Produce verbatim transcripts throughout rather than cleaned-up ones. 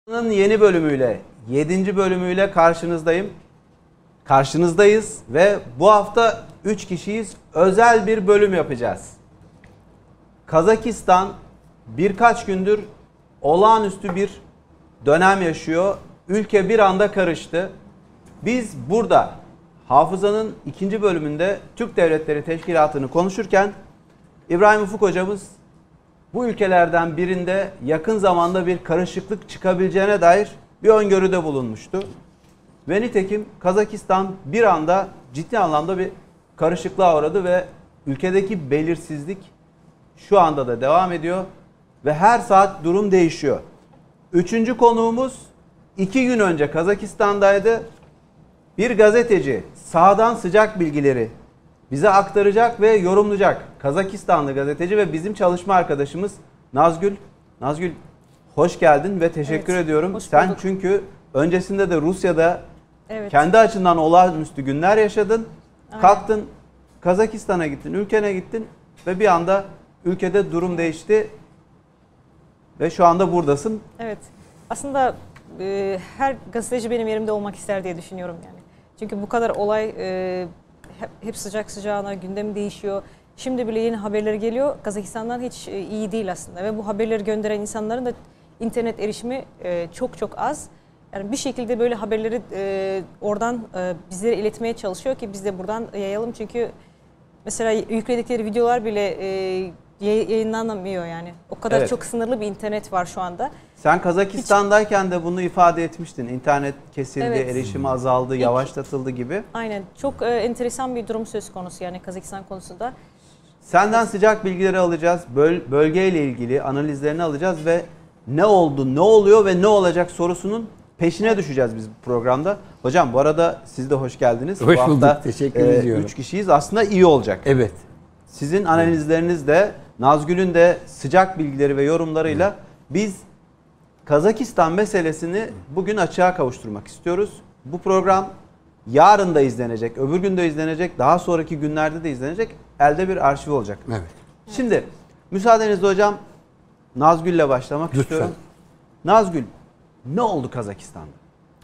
Yeni bölümüyle, yedinci bölümüyle karşınızdayım. Karşınızdayız ve bu hafta üç kişiyiz. Özel bir bölüm yapacağız. Kazakistan birkaç gündür olağanüstü bir dönem yaşıyor. Ülke bir anda karıştı. Biz burada Hafıza'nın ikinci bölümünde Türk Devletleri Teşkilatı'nı konuşurken İbrahim Ufuk hocamız bu ülkelerden birinde yakın zamanda bir karışıklık çıkabileceğine dair bir öngörüde bulunmuştu. Ve nitekim Kazakistan bir anda ciddi anlamda bir karışıklığa uğradı ve ülkedeki belirsizlik şu anda da devam ediyor ve her saat durum değişiyor. Üçüncü konuğumuz iki gün önce Kazakistan'daydı. Bir gazeteci sahadan sıcak bilgileri bize aktaracak ve yorumlayacak. Kazakistanlı gazeteci ve bizim çalışma arkadaşımız Nazgül. Nazgül hoş geldin ve teşekkür evet, ediyorum. Sen çünkü öncesinde de Rusya'da evet. kendi açından olağanüstü günler yaşadın. Aynen. Kalktın Kazakistan'a gittin, ülkene gittin ve bir anda ülkede durum değişti ve şu anda buradasın. Evet. Aslında e, her gazeteci benim yerimde olmak ister diye düşünüyorum yani. Çünkü bu kadar olay e, hep sıcak sıcağına gündem değişiyor. Şimdi bile yeni haberleri geliyor. Kazakistan'dan hiç e, iyi değil aslında ve bu haberleri gönderen insanların da internet erişimi e, çok çok az. Yani bir şekilde böyle haberleri e, oradan e, bizlere iletmeye çalışıyor ki biz de buradan yayalım. Çünkü mesela yükledikleri videolar bile e, yayınlanamıyor yani. O kadar evet. çok sınırlı bir internet var şu anda. Sen Kazakistan'dayken Hiç... de bunu ifade etmiştin. İnternet kesildi, evet. erişimi azaldı, İlk... yavaşlatıldı gibi. Aynen. Çok e, enteresan bir durum söz konusu yani Kazakistan konusunda. Senden evet. sıcak bilgileri alacağız. Böl bölgeyle ilgili analizlerini alacağız ve ne oldu, ne oluyor ve ne olacak sorusunun peşine evet. düşeceğiz biz bu programda. Hocam bu arada siz de hoş geldiniz. Hoş bu bulduk. hafta, Teşekkür e, ediyorum. Üç kişiyiz. Aslında iyi olacak. Evet. Sizin analizleriniz de Nazgül'ün de sıcak bilgileri ve yorumlarıyla evet. biz Kazakistan meselesini bugün açığa kavuşturmak istiyoruz. Bu program yarın da izlenecek, öbür gün de izlenecek, daha sonraki günlerde de izlenecek. Elde bir arşiv olacak. Evet. Şimdi müsaadenizle hocam Nazgül'le başlamak Lütfen. istiyorum. Nazgül, ne oldu Kazakistan'da?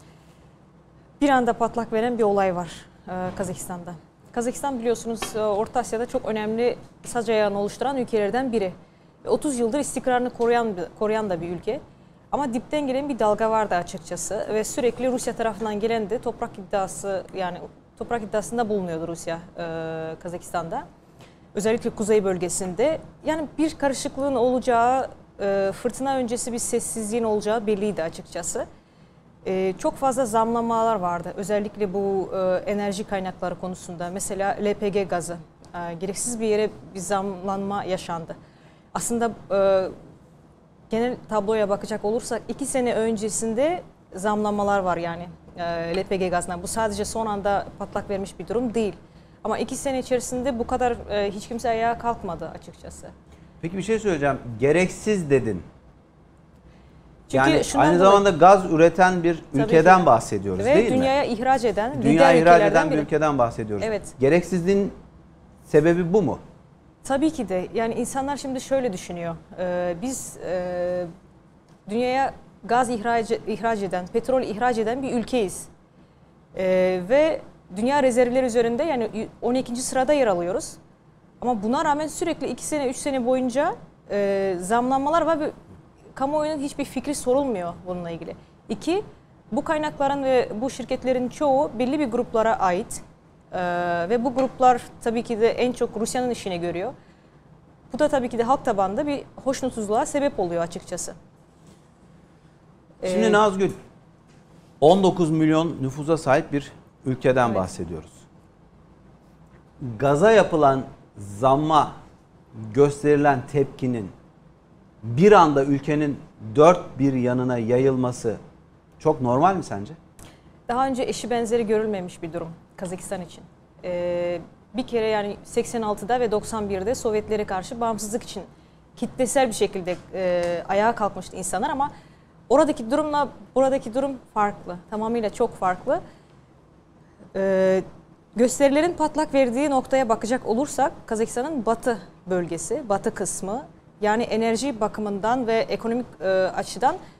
Bir anda patlak veren bir olay var e, Kazakistan'da. Kazakistan biliyorsunuz Orta Asya'da çok önemli sac ayağını oluşturan ülkelerden biri. otuz yıldır istikrarını koruyan, koruyan da bir ülke. Ama dipten gelen bir dalga vardı açıkçası ve sürekli Rusya tarafından gelen de toprak iddiası yani toprak iddiasında bulunuyordu Rusya e, Kazakistan'da. Özellikle kuzey bölgesinde yani bir karışıklığın olacağı, e, fırtına öncesi bir sessizliğin olacağı belliydi açıkçası. E, çok fazla zamlamalar vardı özellikle bu e, enerji kaynakları konusunda. Mesela L P G gazı e, gereksiz bir yere bir zamlanma yaşandı. Aslında e, genel tabloya bakacak olursak iki sene öncesinde zamlamalar var yani e, L P G gazına. Bu sadece son anda patlak vermiş bir durum değil. Ama iki sene içerisinde bu kadar e, hiç kimse ayağa kalkmadı açıkçası. Peki bir şey söyleyeceğim. Gereksiz dedin. Çünkü yani aynı zamanda gaz üreten bir ülkeden ki. bahsediyoruz Ve değil mi? Dünyaya ihraç eden, Dünyaya ihraç eden bir biri. ülkeden bahsediyoruz. Evet. Gereksizliğin sebebi bu mu? Tabii ki de. Yani insanlar şimdi şöyle düşünüyor. Ee, biz e, dünyaya gaz ihraç, ihraç eden, petrol ihraç eden bir ülkeyiz. Ee, ve dünya rezervleri üzerinde yani on ikinci sırada yer alıyoruz. Ama buna rağmen sürekli iki sene, üç sene boyunca e, zamlanmalar var ve kamuoyunun hiçbir fikri sorulmuyor bununla ilgili. İki, bu kaynakların ve bu şirketlerin çoğu belli bir gruplara ait. Ee, ve bu gruplar tabii ki de en çok Rusya'nın işine görüyor. Bu da tabii ki de halk tabanında bir hoşnutsuzluğa sebep oluyor açıkçası. Şimdi ee, Nazgül, on dokuz milyon nüfusa sahip bir ülkeden evet. bahsediyoruz. Gaza yapılan zamma gösterilen tepkinin bir anda ülkenin dört bir yanına yayılması çok normal mi sence? Daha önce eşi benzeri görülmemiş bir durum Kazakistan için. Ee, bir kere yani seksen altıda ve doksan birde Sovyetlere karşı bağımsızlık için kitlesel bir şekilde e, ayağa kalkmıştı insanlar ama oradaki durumla buradaki durum farklı. Tamamıyla çok farklı. Ee, gösterilerin patlak verdiği noktaya bakacak olursak Kazakistan'ın batı bölgesi, batı kısmı yani enerji bakımından ve ekonomik e, açıdan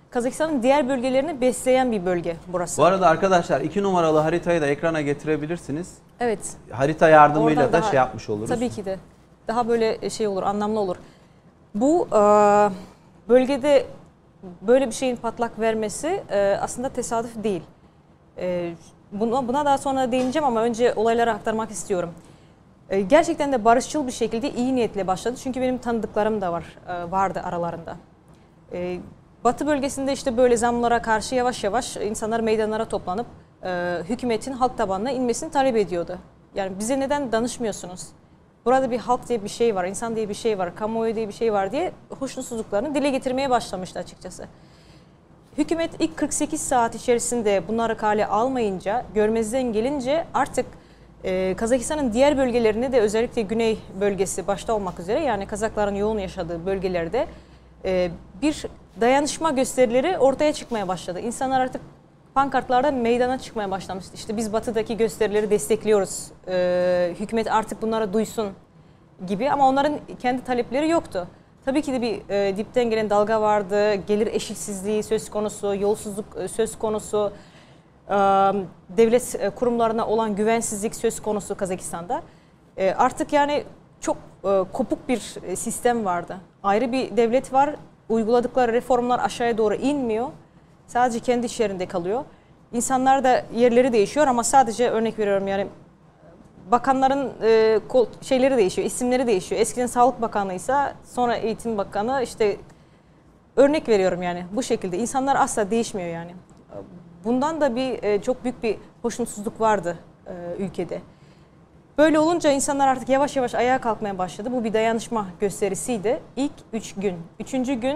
Kazakistan'ın diğer bölgelerini besleyen bir bölge burası. Bu arada arkadaşlar iki numaralı haritayı da ekrana getirebilirsiniz. Evet. Harita yardımıyla Oradan da daha- şey yapmış oluruz. Tabii ki de. Daha böyle şey olur, anlamlı olur. Bu e, bölgede böyle bir şeyin patlak vermesi e, aslında tesadüf değil. E, buna, buna daha sonra değineceğim ama önce olayları aktarmak istiyorum. E, gerçekten de barışçıl bir şekilde iyi niyetle başladı. Çünkü benim tanıdıklarım da var, e, vardı aralarında. E, Batı bölgesinde işte böyle zamlara karşı yavaş yavaş insanlar meydanlara toplanıp e, hükümetin halk tabanına inmesini talep ediyordu. Yani bize neden danışmıyorsunuz? Burada bir halk diye bir şey var, insan diye bir şey var, kamuoyu diye bir şey var diye hoşnutsuzluklarını dile getirmeye başlamıştı açıkçası. Hükümet ilk kırk sekiz saat içerisinde bunları kale almayınca, görmezden gelince artık e, Kazakistan'ın diğer bölgelerinde de özellikle güney bölgesi başta olmak üzere yani Kazakların yoğun yaşadığı bölgelerde e, bir dayanışma gösterileri ortaya çıkmaya başladı. İnsanlar artık pankartlarda meydana çıkmaya başlamıştı. İşte biz batıdaki gösterileri destekliyoruz. Ee, hükümet artık bunları duysun gibi ama onların kendi talepleri yoktu. Tabii ki de bir e, dipten gelen dalga vardı. Gelir eşitsizliği söz konusu, yolsuzluk e, söz konusu, e, devlet e, kurumlarına olan güvensizlik söz konusu Kazakistan'da. E, artık yani çok e, kopuk bir e, sistem vardı. Ayrı bir devlet var. Uyguladıkları reformlar aşağıya doğru inmiyor. Sadece kendi içlerinde kalıyor. İnsanlar da yerleri değişiyor ama sadece örnek veriyorum yani bakanların e, kol, şeyleri değişiyor, isimleri değişiyor. Eskiden Sağlık Bakanıysa sonra Eğitim Bakanı işte örnek veriyorum yani bu şekilde. İnsanlar asla değişmiyor yani. Bundan da bir e, çok büyük bir hoşnutsuzluk vardı e, ülkede. Böyle olunca insanlar artık yavaş yavaş ayağa kalkmaya başladı. Bu bir dayanışma gösterisiydi. İlk üç gün. Üçüncü gün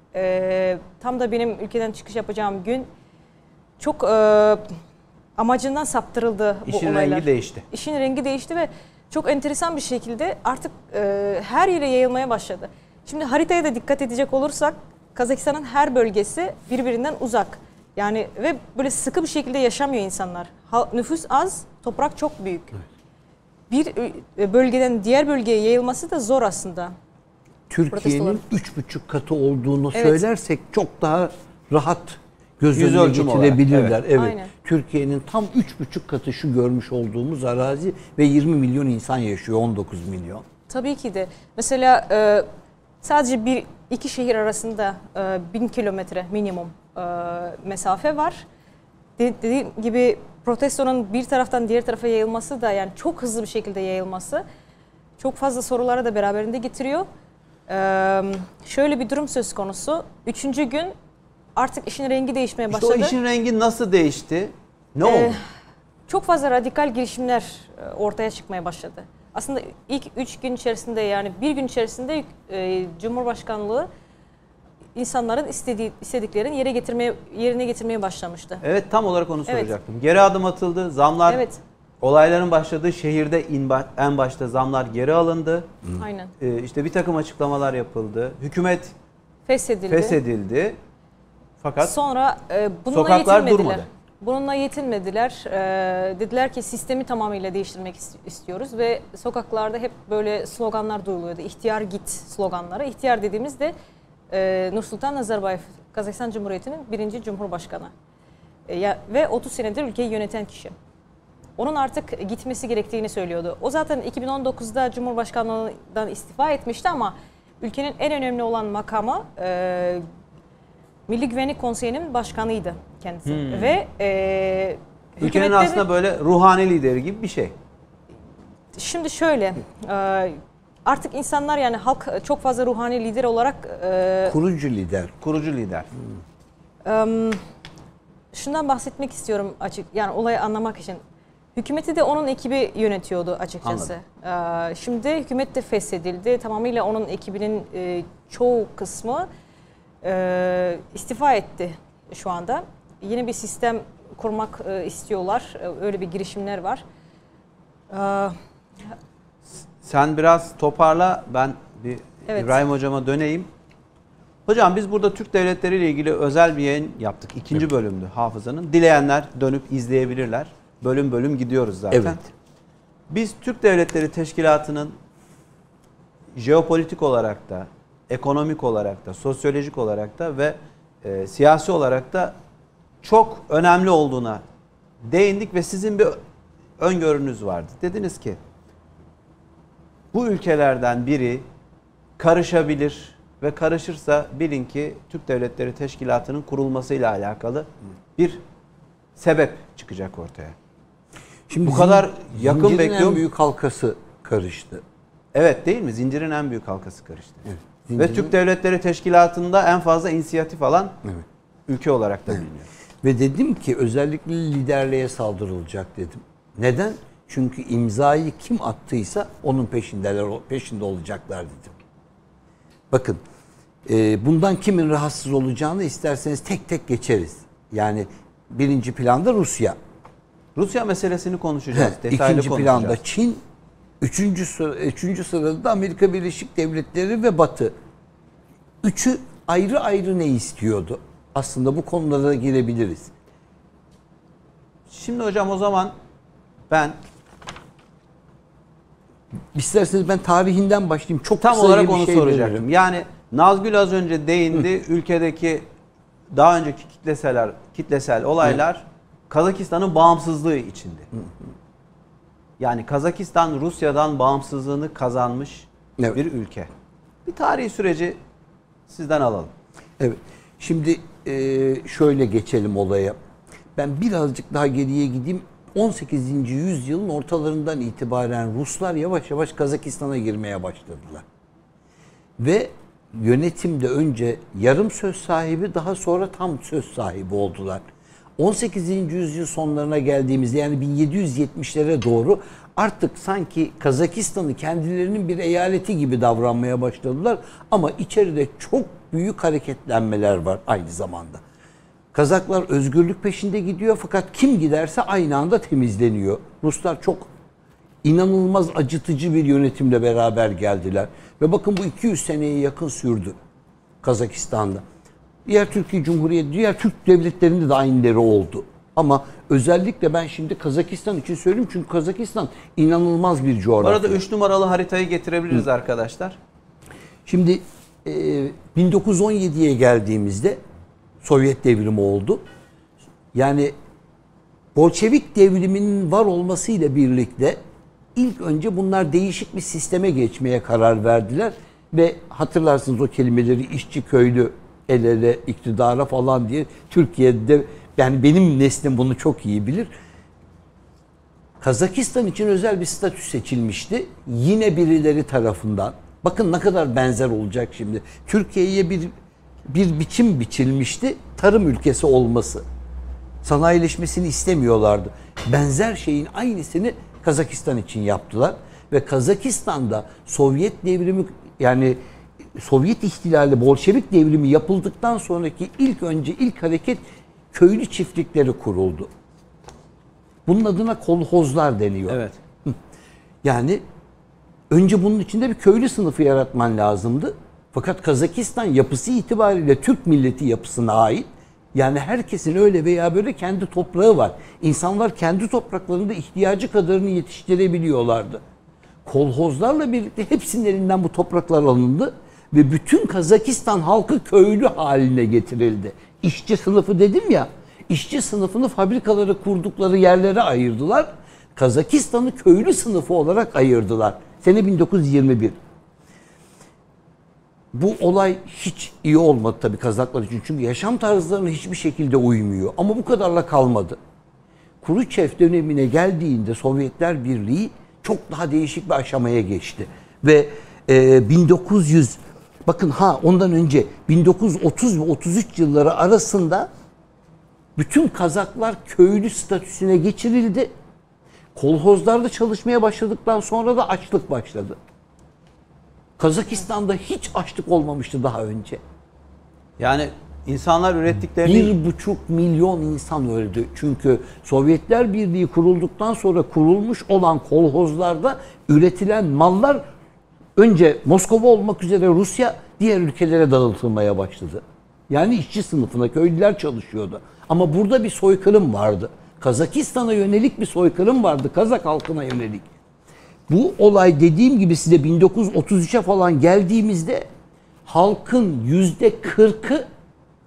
e, tam da benim ülkeden çıkış yapacağım gün çok e, amacından saptırıldı bu İşin olaylar. rengi değişti. İşin rengi değişti ve çok enteresan bir şekilde artık e, her yere yayılmaya başladı. Şimdi haritaya da dikkat edecek olursak Kazakistan'ın her bölgesi birbirinden uzak. Yani ve böyle sıkı bir şekilde yaşamıyor insanlar. Ha, nüfus az, toprak çok büyük. Evet. Bir bölgeden diğer bölgeye yayılması da zor aslında. Türkiye'nin üç buçuk katı olduğunu evet. söylersek çok daha rahat göz Yüz önüne ölçüm getirebilirler. olarak, evet. evet. Türkiye'nin tam üç buçuk katı şu görmüş olduğumuz arazi ve yirmi milyon insan yaşıyor, on dokuz milyon. Tabii ki de. Mesela e, sadece bir iki şehir arasında e, bin kilometre minimum e, mesafe var. De, dediğim gibi protestonun bir taraftan diğer tarafa yayılması da yani çok hızlı bir şekilde yayılması çok fazla sorulara da beraberinde getiriyor. Ee, şöyle bir durum söz konusu. Üçüncü gün artık işin rengi değişmeye başladı. İşte o işin rengi nasıl değişti? Ne Ee, oldu? Çok fazla radikal girişimler ortaya çıkmaya başladı. Aslında ilk üç gün içerisinde yani bir gün içerisinde e, Cumhurbaşkanlığı insanların istediği, istediklerini yere getirmeye, yerine getirmeye başlamıştı. Evet tam olarak onu soracaktım. Evet. Geri adım atıldı. Zamlar evet. Olayların başladığı şehirde en başta zamlar geri alındı. Hı. Aynen. Ee, işte bir takım açıklamalar yapıldı. Hükümet feshedildi. feshedildi. Fakat sonra e, bununla sokaklar yetinmediler. durmadı. Bununla yetinmediler. E, dediler ki sistemi tamamıyla değiştirmek istiyoruz ve sokaklarda hep böyle sloganlar duyuluyordu. İhtiyar git sloganları. İhtiyar dediğimiz de e, Nursultan Nazarbayev, Kazakistan Cumhuriyeti'nin birinci Cumhurbaşkanı. E, ya, ve otuz senedir ülkeyi yöneten kişi. Onun artık gitmesi gerektiğini söylüyordu. O zaten iki bin on dokuzda Cumhurbaşkanlığından istifa etmişti ama ülkenin en önemli olan makamı e, Milli Güvenlik Konseyi'nin başkanıydı kendisi. Hmm. Ve e, ülkenin aslında böyle ruhani lideri gibi bir şey. Şimdi şöyle, e, artık insanlar yani halk çok fazla ruhani lider olarak... E, kurucu lider. Kurucu lider. Hmm. E, şundan bahsetmek istiyorum açık, yani olayı anlamak için. Hükümeti de onun ekibi yönetiyordu açıkçası. Ee, şimdi hükümet de feshedildi. Tamamıyla onun ekibinin e, çoğu kısmı e, istifa etti şu anda. Yeni bir sistem kurmak e, istiyorlar. Öyle bir girişimler var. Ee, Sen biraz toparla. Ben bir evet. İbrahim Hocama döneyim. Hocam biz burada Türk devletleri ile ilgili özel bir yayın yaptık. İkinci evet. bölümdü Hafıza'nın. Dileyenler dönüp izleyebilirler. Bölüm bölüm gidiyoruz zaten. Evet. Biz Türk Devletleri Teşkilatı'nın jeopolitik olarak da, ekonomik olarak da, sosyolojik olarak da ve e, siyasi olarak da çok önemli olduğuna değindik ve sizin bir öngörünüz vardı. Dediniz ki bu ülkelerden biri karışabilir ve karışırsa bilin ki Türk Devletleri Teşkilatı'nın kurulmasıyla alakalı bir sebep çıkacak ortaya. Şimdi bu kadar yakın zincirin bekliyorum. en büyük halkası karıştı. Evet, değil mi? Zincirin en büyük halkası karıştı. Evet, Ve zincirin... Türk Devletleri Teşkilatı'nda en fazla inisiyatif alan evet. ülke olarak da evet. biliniyor. Ve dedim ki özellikle liderliğe saldırılacak dedim. Neden? Çünkü imzayı kim attıysa onun peşindeler, peşinde olacaklar dedim. Bakın, e, bundan kimin rahatsız olacağını isterseniz tek tek geçeriz. Yani birinci planda Rusya. Rusya meselesini konuşacağız. He, detaylı ikinci konuşacağız. planda Çin. Üçüncü, sıra, üçüncü sırada da Amerika Birleşik Devletleri ve Batı. Üçü ayrı ayrı ne istiyordu? Aslında bu konulara da girebiliriz. Şimdi hocam o zaman ben İsterseniz ben tarihinden başlayayım. Çok tam kısaca olarak bir onu şey soracaktım. veririm. Yani Nazgül az önce değindi. Hı. Ülkedeki daha önceki kitlesel kitlesel olaylar Hı. Kazakistan'ın bağımsızlığı içinde. Hı. Yani Kazakistan Rusya'dan bağımsızlığını kazanmış evet. bir ülke. Bir tarihi süreci sizden alalım. Evet. Şimdi şöyle geçelim olaya. Ben birazcık daha geriye gideyim. on sekizinci yüzyılın ortalarından itibaren Ruslar yavaş yavaş Kazakistan'a girmeye başladılar. Ve yönetimde önce yarım söz sahibi, daha sonra tam söz sahibi oldular. on sekizinci yüzyıl sonlarına geldiğimizde, yani bin yedi yüz yetmişlere doğru artık sanki Kazakistan'ı kendilerinin bir eyaleti gibi davranmaya başladılar. Ama içeride çok büyük hareketlenmeler var aynı zamanda. Kazaklar özgürlük peşinde gidiyor, fakat kim giderse aynı anda temizleniyor. Ruslar çok inanılmaz acıtıcı bir yönetimle beraber geldiler. Ve bakın bu iki yüz seneye yakın sürdü Kazakistan'da. Diğer Türkiye Cumhuriyeti, diğer Türk devletlerinde de aynıları oldu. Ama özellikle ben şimdi Kazakistan için söyleyeyim, çünkü Kazakistan inanılmaz bir coğrafya. Bu arada üç numaralı haritayı getirebiliriz Hı. arkadaşlar. Şimdi e, bin dokuz yüz on yediye geldiğimizde Sovyet devrimi oldu. Yani Bolşevik devriminin var olmasıyla birlikte ilk önce bunlar değişik bir sisteme geçmeye karar verdiler. Ve hatırlarsınız o kelimeleri, işçi köylü el ele iktidara falan diye. Türkiye'de, yani benim neslim bunu çok iyi bilir. Kazakistan için özel bir statü seçilmişti. Yine birileri tarafından. Bakın ne kadar benzer olacak şimdi. Türkiye'ye bir bir biçim biçilmişti. Tarım ülkesi olması. Sanayileşmesini istemiyorlardı. Benzer şeyin aynısını Kazakistan için yaptılar. Ve Kazakistan'da Sovyet devrimi, yani Sovyet ihtilali, Bolşevik devrimi yapıldıktan sonraki ilk önce ilk hareket köylü çiftlikleri kuruldu. Bunun adına kolhozlar deniyor. Evet. Yani önce bunun içinde bir köylü sınıfı yaratman lazımdı. Fakat Kazakistan yapısı itibariyle Türk milleti yapısına ait. Yani herkesin öyle veya böyle kendi toprağı var. İnsanlar kendi topraklarında ihtiyacı kadarını yetiştirebiliyorlardı. Kolhozlarla birlikte hepsinin elinden bu topraklar alındı ve bütün Kazakistan halkı köylü haline getirildi. İşçi sınıfı dedim ya, işçi sınıfını fabrikaları kurdukları yerlere ayırdılar. Kazakistan'ı köylü sınıfı olarak ayırdılar. Sene bin dokuz yüz yirmi bir. Bu olay hiç iyi olmadı tabii Kazaklar için. Çünkü yaşam tarzlarına hiçbir şekilde uymuyor. Ama bu kadarla kalmadı. Khrushchev dönemine geldiğinde Sovyetler Birliği çok daha değişik bir aşamaya geçti. Ve e, bin dokuz yüz, bakın ha ondan önce bin dokuz yüz otuz ve otuz üç yılları arasında bütün Kazaklar köylü statüsüne geçirildi. Kolhozlarda çalışmaya başladıktan sonra da açlık başladı. Kazakistan'da hiç açlık olmamıştı daha önce. Yani insanlar ürettiklerini... Bir buçuk milyon insan öldü. Çünkü Sovyetler Birliği kurulduktan sonra kurulmuş olan kolhozlarda üretilen mallar önce Moskova olmak üzere Rusya, diğer ülkelere dağıtılmaya başladı. Yani işçi sınıfına köylüler çalışıyordu. Ama burada bir soykırım vardı. Kazakistan'a yönelik bir soykırım vardı. Kazak halkına yönelik. Bu olay dediğim gibi size bin dokuz yüz otuz üçe falan geldiğimizde halkın yüzde kırkı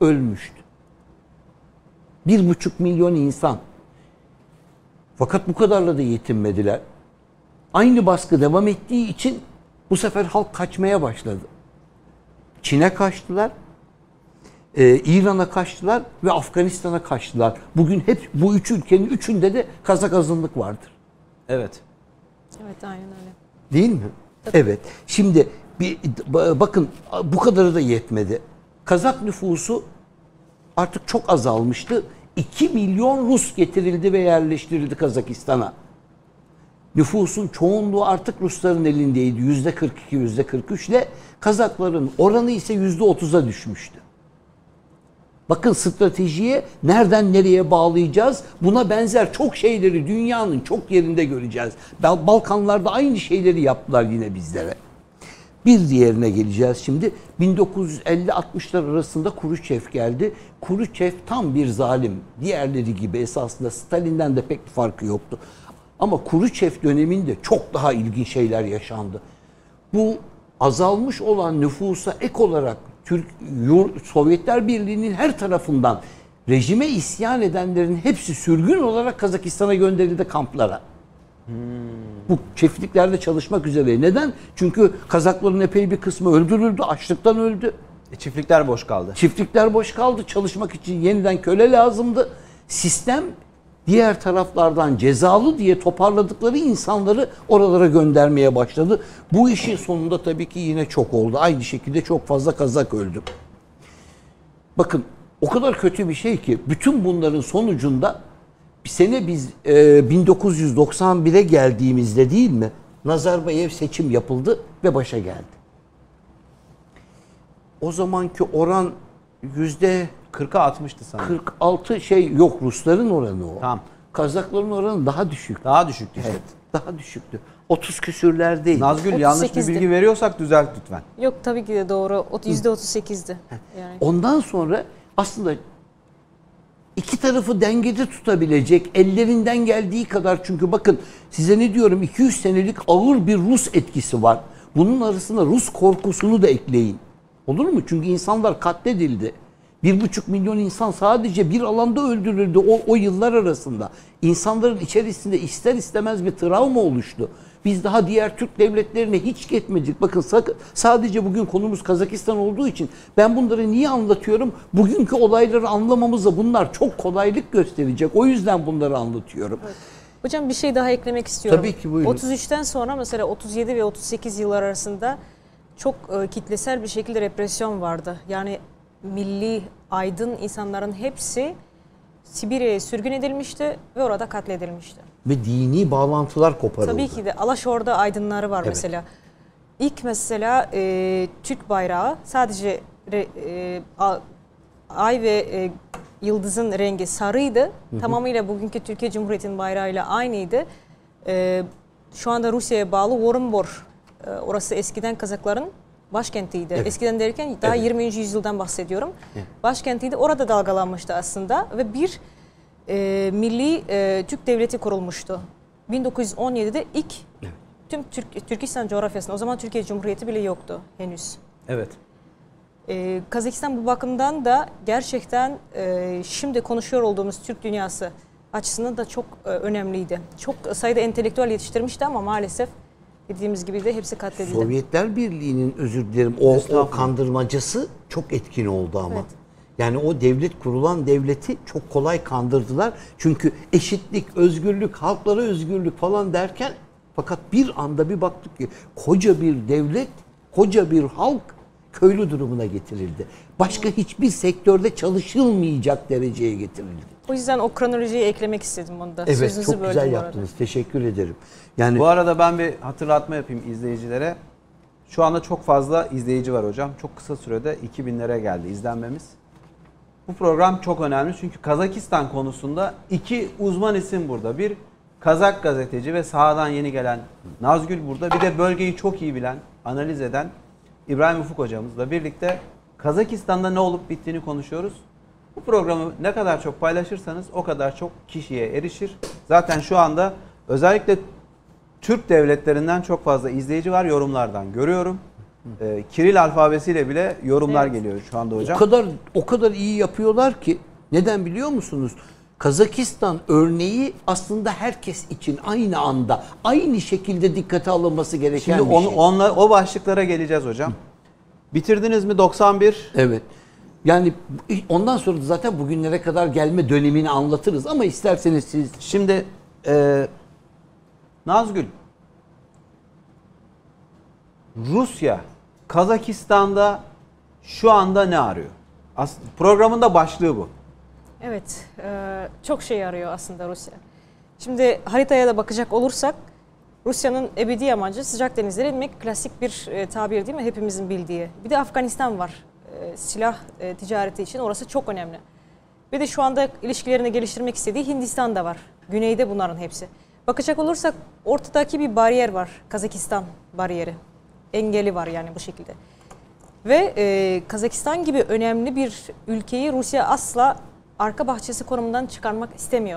ölmüştü. Bir buçuk milyon insan. Fakat bu kadarla da yetinmediler. Aynı baskı devam ettiği için bu sefer halk kaçmaya başladı. Çin'e kaçtılar, e, İran'a kaçtılar ve Afganistan'a kaçtılar. Bugün hep bu üç ülkenin üçünde de Kazak azınlık vardır. Evet. Evet, aynen öyle. Değil mi? Tabii. Evet. Şimdi bir bakın, bu kadarı da yetmedi. Kazak nüfusu artık çok azalmıştı. iki milyon Rus getirildi ve yerleştirildi Kazakistan'a. Nüfusun çoğunluğu artık Rusların elindeydi. yüzde kırk iki, yüzde kırk üç ile Kazakların oranı ise yüzde otuza düşmüştü. Bakın stratejiye nereden nereye bağlayacağız? Buna benzer çok şeyleri dünyanın çok yerinde göreceğiz. Balkanlarda aynı şeyleri yaptılar yine bizlere. Bir diğerine geleceğiz şimdi. bin dokuz yüz elli altmışlar arasında Khrushchev geldi. Khrushchev tam bir zalim. Diğerleri gibi esasında Stalin'den de pek bir farkı yoktu. Ama Khrushchev döneminde çok daha ilginç şeyler yaşandı. Bu azalmış olan nüfusa ek olarak Türk Sovyetler Birliği'nin her tarafından rejime isyan edenlerin hepsi sürgün olarak Kazakistan'a gönderildi, kamplara. Hmm. Bu çiftliklerde çalışmak üzere. Neden? Çünkü Kazakların epey bir kısmı öldürüldü, açlıktan öldü. E, çiftlikler boş kaldı. Çiftlikler boş kaldı. Çalışmak için yeniden köle lazımdı. Sistem diğer taraflardan cezalı diye toparladıkları insanları oralara göndermeye başladı. Bu işin sonunda tabii ki yine çok oldu. Aynı şekilde çok fazla Kazak öldü. Bakın, o kadar kötü bir şey ki bütün bunların sonucunda bir sene biz e, bin dokuz yüz doksan bire geldiğimizde, değil mi, Nazarbayev seçim yapıldı ve başa geldi. O zamanki oran yüzde kırka altmıştı sanırım. kırk altı şey yok, Rusların oranı o. Tamam. Kazakların oranı daha düşük. Daha düşüktü işte. Evet, daha düşüktü. otuz küsürlerdeydi. Nazgül, yanlış bir bilgi veriyorsak düzelt lütfen. Yok, tabii ki de doğru. yüzde otuz sekizdi. Yani. Ondan sonra aslında iki tarafı dengede tutabilecek, ellerinden geldiği kadar, çünkü bakın size ne diyorum, iki yüz senelik ağır bir Rus etkisi var. Bunun arasına Rus korkusunu da ekleyin. Olur mu? Çünkü insanlar katledildi. Bir buçuk milyon insan sadece bir alanda öldürüldü o, o yıllar arasında. İnsanların içerisinde ister istemez bir travma oluştu. Biz daha diğer Türk devletlerine hiç gitmedik. Bakın sadece bugün konumuz Kazakistan olduğu için ben bunları niye anlatıyorum? Bugünkü olayları anlamamıza bunlar çok kolaylık gösterecek. O yüzden bunları anlatıyorum. Evet. Hocam, bir şey daha eklemek istiyorum. Tabii ki, buyurun. otuz üçten sonra mesela otuz yedi ve otuz sekiz yıllar arasında çok e, kitlesel bir şekilde represyon vardı. Yani milli, aydın insanların hepsi Sibirya'ya sürgün edilmişti ve orada katledilmişti. Ve dini bağlantılar koparıldı. Tabii ki de Alaşor'da aydınları var, evet. Mesela. İlk mesela e, Türk bayrağı sadece re, e, a, ay ve e, yıldızın rengi sarıydı. Hı hı. Tamamıyla bugünkü Türkiye Cumhuriyeti'nin bayrağıyla aynıydı. E, şu anda Rusya'ya bağlı Voronbor, e, orası eskiden Kazakların başkentiydi. Evet. Eskiden derken daha evet. yirminci yüzyıldan bahsediyorum. Evet. Başkentiydi. Orada dalgalanmıştı aslında ve bir e, milli e, Türk devleti kurulmuştu. bin dokuz yüz on yedide ilk evet. tüm Türk, Türkistan coğrafyasında, o zaman Türkiye Cumhuriyeti bile yoktu henüz. Evet. E, Kazakistan bu bakımdan da gerçekten e, şimdi konuşuyor olduğumuz Türk dünyası açısından da çok e, önemliydi. Çok sayıda entelektüel yetiştirmişti ama maalesef dediğimiz gibi de hepsi katledildi. Sovyetler Birliği'nin, özür dilerim, o, o kandırmacası çok etkin oldu ama. Evet. Yani o devlet, kurulan devleti çok kolay kandırdılar. Çünkü eşitlik, özgürlük, halklara özgürlük falan derken, fakat bir anda bir baktık ki koca bir devlet, koca bir halk köylü durumuna getirildi. Başka hiçbir sektörde çalışılmayacak dereceye getirildi. O yüzden o kronolojiyi eklemek istedim onu da. Evet, Sözünüzü çok güzel yaptınız. Teşekkür ederim. Yani bu arada ben bir hatırlatma yapayım izleyicilere. Şu anda çok fazla izleyici var hocam. Çok kısa sürede iki binlere geldi izlenmemiz. Bu program çok önemli çünkü Kazakistan konusunda iki uzman isim burada. Bir Kazak gazeteci ve sahadan yeni gelen Nazgül burada. Bir de bölgeyi çok iyi bilen, analiz eden İbrahim Ufuk hocamızla birlikte Kazakistan'da ne olup bittiğini konuşuyoruz. Bu programı ne kadar çok paylaşırsanız o kadar çok kişiye erişir. Zaten şu anda özellikle Türk devletlerinden çok fazla izleyici var, yorumlardan görüyorum. e, Kiril alfabesiyle bile yorumlar Evet. geliyor şu anda hocam. O kadar o kadar iyi yapıyorlar ki, neden biliyor musunuz? Kazakistan örneği aslında herkes için aynı anda, aynı şekilde dikkate alınması gereken Şimdi bir onu, şey. onla, o başlıklara geleceğiz hocam. Bitirdiniz mi doksan bir? Evet. Yani ondan sonra da zaten bugünlere kadar gelme dönemini anlatırız ama isterseniz siz... Şimdi e, Nazgül, Rusya Kazakistan'da şu anda ne arıyor? As- programın da başlığı bu. Evet, e, çok şey arıyor aslında Rusya. Şimdi haritaya da bakacak olursak, Rusya'nın ebedi amacı sıcak denizlere inmek, klasik bir e, tabir değil mi? Hepimizin bildiği. Bir de Afganistan var. E, silah e, ticareti için orası çok önemli. Bir de şu anda ilişkilerini geliştirmek istediği Hindistan da var. Güneyde bunların hepsi. Bakacak olursak ortadaki bir bariyer var. Kazakistan bariyeri. Engeli var yani bu şekilde. Ve e, Kazakistan gibi önemli bir ülkeyi Rusya asla arka bahçesi konumundan çıkarmak istemiyor.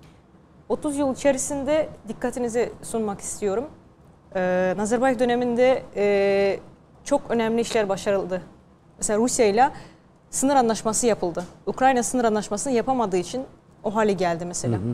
otuz yıl içerisinde dikkatinizi sunmak istiyorum. Ee, Nazarbayev döneminde e, çok önemli işler başarıldı. Mesela Rusya ile sınır anlaşması yapıldı. Ukrayna sınır anlaşmasını yapamadığı için o hale geldi mesela. Hı hı.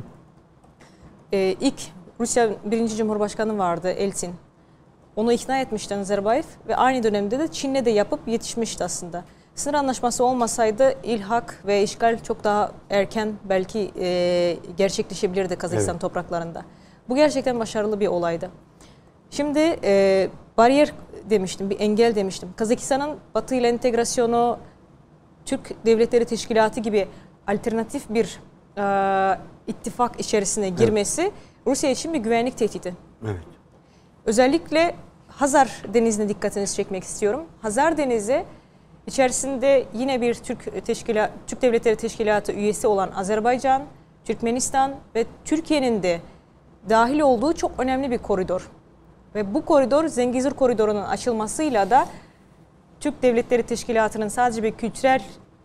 Ee, ilk Rusya birinci Cumhurbaşkanı vardı, Eltsin. Onu ikna etmişti Nazarbayev ve aynı dönemde de Çin'le de yapıp yetişmişti aslında. Sınır anlaşması olmasaydı ilhak ve işgal çok daha erken belki e, gerçekleşebilirdi Kazakistan evet. topraklarında. Bu gerçekten başarılı bir olaydı. Şimdi e, bariyer demiştim, bir engel demiştim. Kazakistan'ın Batı ile entegrasyonu, Türk Devletleri Teşkilatı gibi alternatif bir e, ittifak içerisine girmesi evet. Rusya için bir güvenlik tehdidi. Evet. Özellikle Hazar Denizi'ne dikkatinizi çekmek istiyorum. Hazar Denizi içerisinde yine bir Türk Teşkilat, Türk Devletleri Teşkilatı üyesi olan Azerbaycan, Türkmenistan ve Türkiye'nin de dahil olduğu çok önemli bir koridor. Ve bu koridor Zengezur Koridoru'nun açılmasıyla da Türk Devletleri Teşkilatı'nın sadece bir kültürel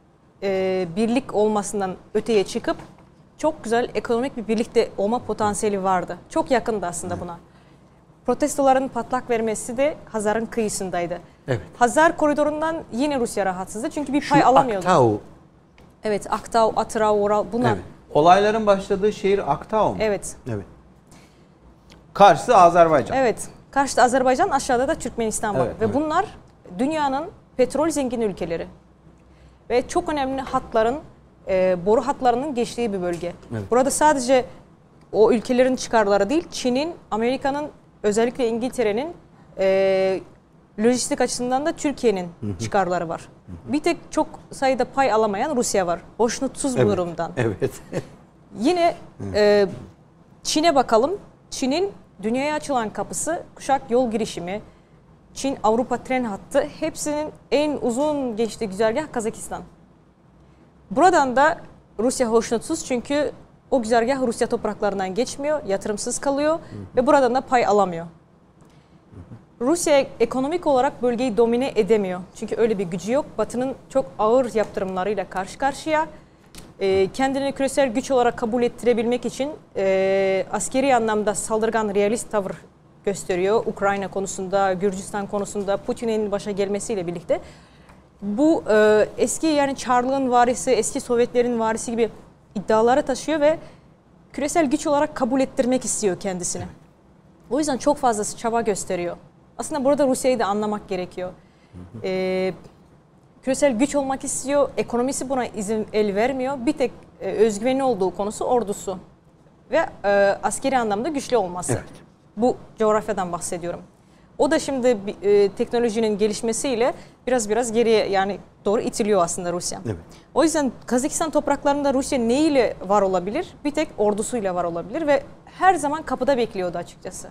e, birlik olmasından öteye çıkıp çok güzel ekonomik bir birlikte olma potansiyeli vardı. Çok yakındı aslında buna. Protestoların patlak vermesi de Hazar'ın kıyısındaydı. Evet. Hazar koridorundan yine Rusya rahatsızdı çünkü bir pay Şu alamıyordu. Aktau. Evet, Aktau, Atrau, Oral bunlar. Evet. Olayların başladığı şehir Aktau mu? Evet. Evet. Karşısı Azerbaycan. Evet. Karşıda Azerbaycan, aşağıda da Türkmenistan var. Evet, Ve evet. bunlar dünyanın petrol zengin ülkeleri. Ve çok önemli hatların, e, boru hatlarının geçtiği bir bölge. Evet. Burada sadece o ülkelerin çıkarları değil, Çin'in, Amerika'nın, özellikle İngiltere'nin e, lojistik açısından da Türkiye'nin çıkarları var. Hı hı. Bir tek çok sayıda pay alamayan Rusya var. Hoşnutsuz evet. bu durumdan. Evet. Yine e, Çin'e bakalım. Çin'in dünyaya açılan kapısı, kuşak yol girişimi, Çin-Avrupa tren hattı, hepsinin en uzun geçtiği güzergah Kazakistan. Buradan da Rusya hoşnutsuz çünkü o güzergah Rusya topraklarından geçmiyor, yatırımsız kalıyor hı hı. ve buradan da pay alamıyor. Hı hı. Rusya ekonomik olarak bölgeyi domine edemiyor. Çünkü öyle bir gücü yok. Batı'nın çok ağır yaptırımlarıyla karşı karşıya. E, kendini küresel güç olarak kabul ettirebilmek için e, askeri anlamda saldırgan, realist tavır gösteriyor. Ukrayna konusunda, Gürcistan konusunda Putin'in başa gelmesiyle birlikte. Bu e, eski yani Çarlığın varisi, eski Sovyetlerin varisi gibi iddialara taşıyor ve küresel güç olarak kabul ettirmek istiyor kendisini. O yüzden çok fazla çaba gösteriyor. Aslında burada Rusya'yı da anlamak gerekiyor. E, küresel güç olmak istiyor, ekonomisi buna izin el vermiyor. Bir tek e, özgüveni olduğu konusu ordusu ve e, askeri anlamda güçlü olması. Evet. Bu coğrafyadan bahsediyorum. O da şimdi e, teknolojinin gelişmesiyle biraz biraz geriye yani doğru itiliyor aslında Rusya. Evet. O yüzden Kazakistan topraklarında Rusya neyle var olabilir? Bir tek ordusuyla var olabilir ve her zaman kapıda bekliyordu açıkçası.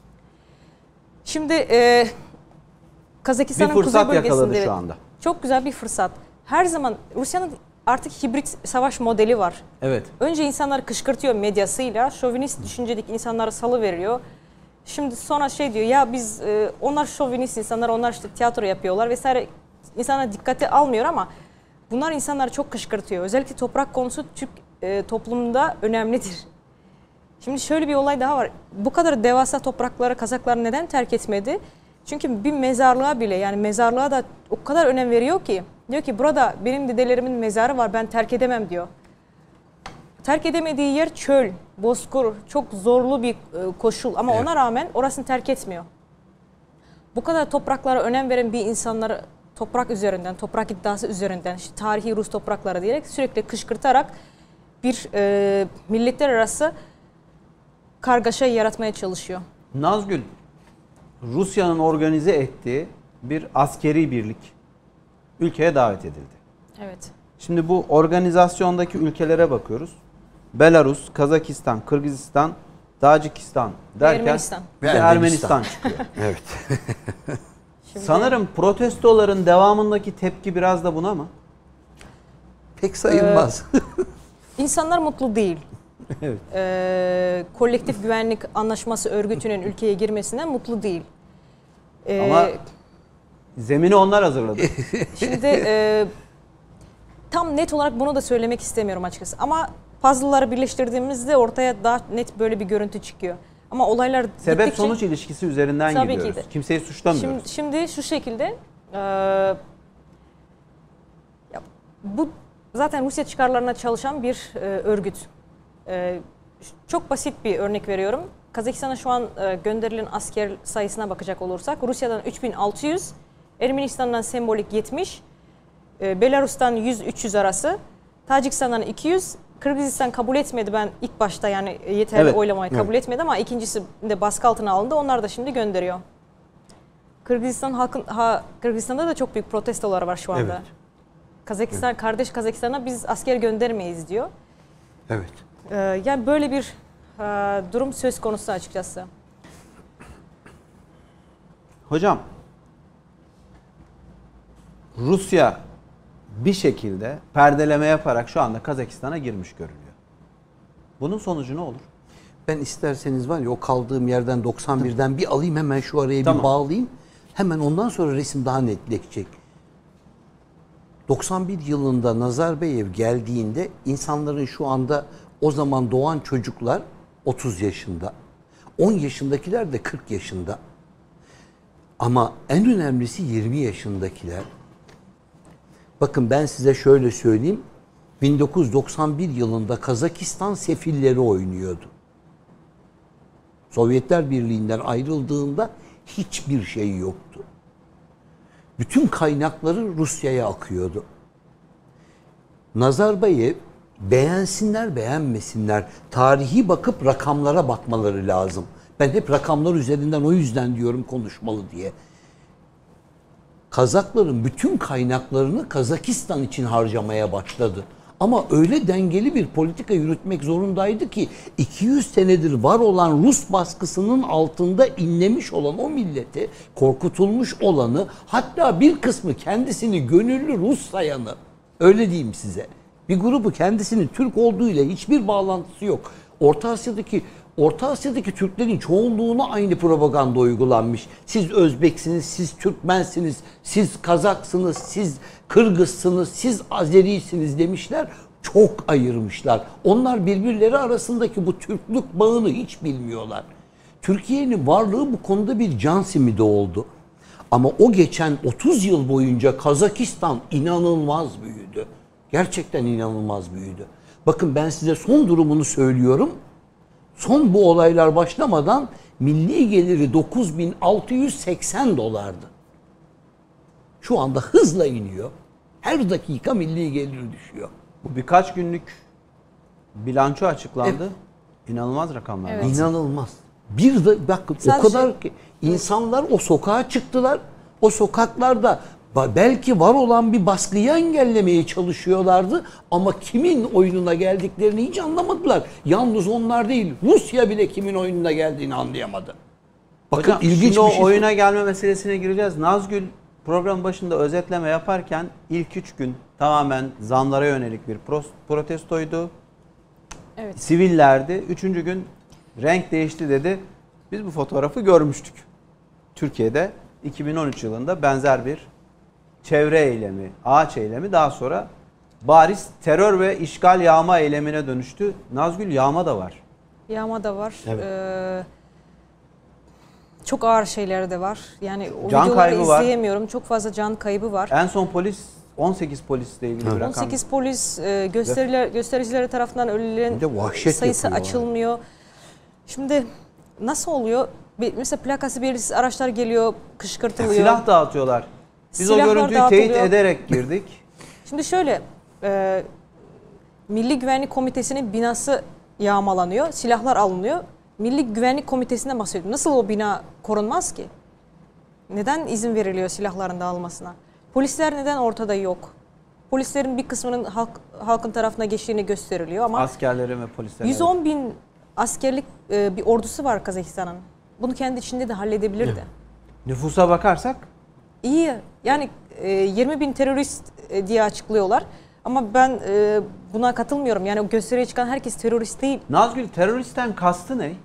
Şimdi e, Kazakistan'ın bir kuzey fırsat yakaladı bölgesinde şu anda. Çok güzel bir fırsat. Her zaman Rusya'nın artık hibrit savaş modeli var. Evet. Önce insanları kışkırtıyor medyasıyla, şovinist düşüncedeki insanları salıveriyor. Şimdi sonra şey diyor ya biz e, onlar şovinist insanlar, onlar işte tiyatro yapıyorlar vesaire. İnsanlar dikkate almıyor ama bunlar insanları çok kışkırtıyor. Özellikle toprak konusu Türk e, toplumunda önemlidir. Şimdi şöyle bir olay daha var. Bu kadar devasa toprakları Kazaklar neden terk etmedi? Çünkü bir mezarlığa bile, yani mezarlığa da o kadar önem veriyor ki, diyor ki burada benim dedelerimin mezarı var, ben terk edemem diyor. Terk edemediği yer çöl, bozkır, çok zorlu bir koşul ama evet. Ona rağmen orasını terk etmiyor. Bu kadar topraklara önem veren bir insanları toprak üzerinden, toprak iddiası üzerinden, işte tarihi Rus toprakları diyerek sürekli kışkırtarak bir e, milletler arası kargaşa yaratmaya çalışıyor. Nazgül, Rusya'nın organize ettiği bir askeri birlik ülkeye davet edildi. Evet. Şimdi bu organizasyondaki ülkelere bakıyoruz. Belarus, Kazakistan, Kırgızistan, Tacikistan derken Ermenistan. bir de Ermenistan çıkıyor. Evet. Şimdi, Sanırım protestoların devamındaki tepki biraz da buna mı? Pek sayılmaz. Ee, insanlar mutlu değil. Evet. Ee, kolektif güvenlik anlaşması örgütünün ülkeye girmesinden mutlu değil. Ee, Ama zemini onlar hazırladı. Şimdi e, tam net olarak bunu da söylemek istemiyorum açıkçası. Ama puzzle'ları birleştirdiğimizde ortaya daha net böyle bir görüntü çıkıyor. Ama olaylar sebep gittikçe, sonuç ilişkisi üzerinden tabii gidiyoruz. ki de. Kimseyi suçlamıyoruz. Şimdi, şimdi şu şekilde e, ya bu zaten Rusya çıkarlarına çalışan bir e, örgüt. E, çok basit bir örnek veriyorum. Kazakistan'a şu an e, gönderilen asker sayısına bakacak olursak Rusya'dan üç bin altı yüz, Ermenistan'dan sembolik yetmiş, e, Belarus'tan yüz üç yüz arası, Tacikistan'dan iki yüz, Kırgızistan kabul etmedi, ben ilk başta yani yeterli evet. oylamayı kabul evet. etmedi ama ikincisi de baskı altına alındı. Onlar da şimdi gönderiyor. Kırgızistan halkın, ha, Kırgızistan'da da çok büyük protestolar var şu anda. Evet. Kazakistan, evet. Kardeş Kazakistan'a biz asker göndermeyiz diyor. Evet. Ee, yani böyle bir e, durum söz konusu açıkçası. Hocam, Rusya bir şekilde perdeleme yaparak şu anda Kazakistan'a girmiş görünüyor. Bunun sonucu ne olur? Ben isterseniz var ya o kaldığım yerden doksan birden bir alayım, hemen şu araya Tamam. bir bağlayayım. Hemen ondan sonra resim daha netleşecek. doksan bir yılında Nazarbayev geldiğinde insanların şu anda o zaman doğan çocuklar otuz yaşında. on yaşındakiler de kırk yaşında. Ama en önemlisi yirmi yaşındakiler. Bakın ben size şöyle söyleyeyim. bin dokuz yüz doksan bir yılında Kazakistan sefilleri oynuyordu. Sovyetler Birliği'nden ayrıldığında hiçbir şey yoktu. Bütün kaynakları Rusya'ya akıyordu. Nazarbayev, beğensinler beğenmesinler, tarihi bakıp rakamlara bakmaları lazım. Ben hep rakamlar üzerinden o yüzden diyorum konuşmalı diye. Kazakların bütün kaynaklarını Kazakistan için harcamaya başladı. Ama öyle dengeli bir politika yürütmek zorundaydı ki iki yüz senedir var olan Rus baskısının altında inlemiş olan o milleti, korkutulmuş olanı, hatta bir kısmı kendisini gönüllü Rus sayanı, öyle diyeyim size, bir grubu kendisinin Türk olduğuyla hiçbir bağlantısı yok. Orta Asya'daki Orta Asya'daki Türklerin çoğunluğuna aynı propaganda uygulanmış. Siz Özbeksiniz, siz Türkmensiniz, siz Kazaksınız, siz Kırgızsınız, siz Azerisiniz demişler. Çok ayırmışlar. Onlar birbirleri arasındaki bu Türklük bağını hiç bilmiyorlar. Türkiye'nin varlığı bu konuda bir can simidi oldu. Ama o geçen otuz yıl boyunca Kazakistan inanılmaz büyüdü. Gerçekten inanılmaz büyüdü. Bakın ben size son durumunu söylüyorum. Son bu olaylar başlamadan milli geliri dokuz bin altı yüz seksen dolardı. Şu anda hızla iniyor. Her dakika milli geliri düşüyor. Bu birkaç günlük bilanço açıklandı. Evet. İnanılmaz rakamlar. Evet. İnanılmaz. Bir de bakın Sadece, o kadar ki insanlar o sokağa çıktılar. O sokaklarda belki var olan bir baskıyı engellemeye çalışıyorlardı ama kimin oyununa geldiklerini hiç anlamadılar. Yalnız onlar değil, Rusya bile kimin oyununa geldiğini anlayamadı. Bakın Hocam, ilginç şimdi bir o şey. oyuna gelme meselesine gireceğiz. Nazgül program başında özetleme yaparken ilk üç gün tamamen zamlara yönelik bir protestoydu. Evet. Sivillerdi. Üçüncü gün renk değişti dedi. Biz bu fotoğrafı görmüştük. Türkiye'de iki bin on üç yılında benzer bir çevre eylemi, ağaç eylemi daha sonra bariz terör ve işgal yağma eylemine dönüştü. Nazgül, yağma da var. Yağma da var. Evet. Ee, çok ağır şeyler de var. Yani o Can videoları kaybı var. izleyemiyorum. Çok fazla can kaybı var. En son polis on sekiz polisle ilgili bir rakam. on sekiz polis e, gösteriler, göstericileri tarafından ölülerin Bir de vahşet sayısı yapıyorlar. açılmıyor. Şimdi nasıl oluyor? Bir, mesela plakası belirsiz araçlar geliyor, kışkırtılıyor. Silah dağıtıyorlar. Biz Silahlar o görüntüyü teyit dağıtılıyor. ederek girdik. Şimdi şöyle, e, Milli Güvenlik Komitesi'nin binası yağmalanıyor, silahlar alınıyor. Milli Güvenlik Komitesi'nden bahsediyorum. Nasıl o bina korunmaz ki? Neden izin veriliyor silahların dağılmasına? Polisler neden ortada yok? Polislerin bir kısmının halk, halkın tarafına geçtiğini gösteriliyor ama Askerlerin ve polislerin. yüz on bin askerlik e, bir ordusu var Kazakistan'ın. Bunu kendi içinde de halledebilirdi. Nüfusa bakarsak İyi, yani e, yirmi bin terörist e, diye açıklıyorlar. Ama ben e, buna katılmıyorum. Yani o gösteriye çıkan herkes terörist değil. Nazgül, teröristten kastı ne?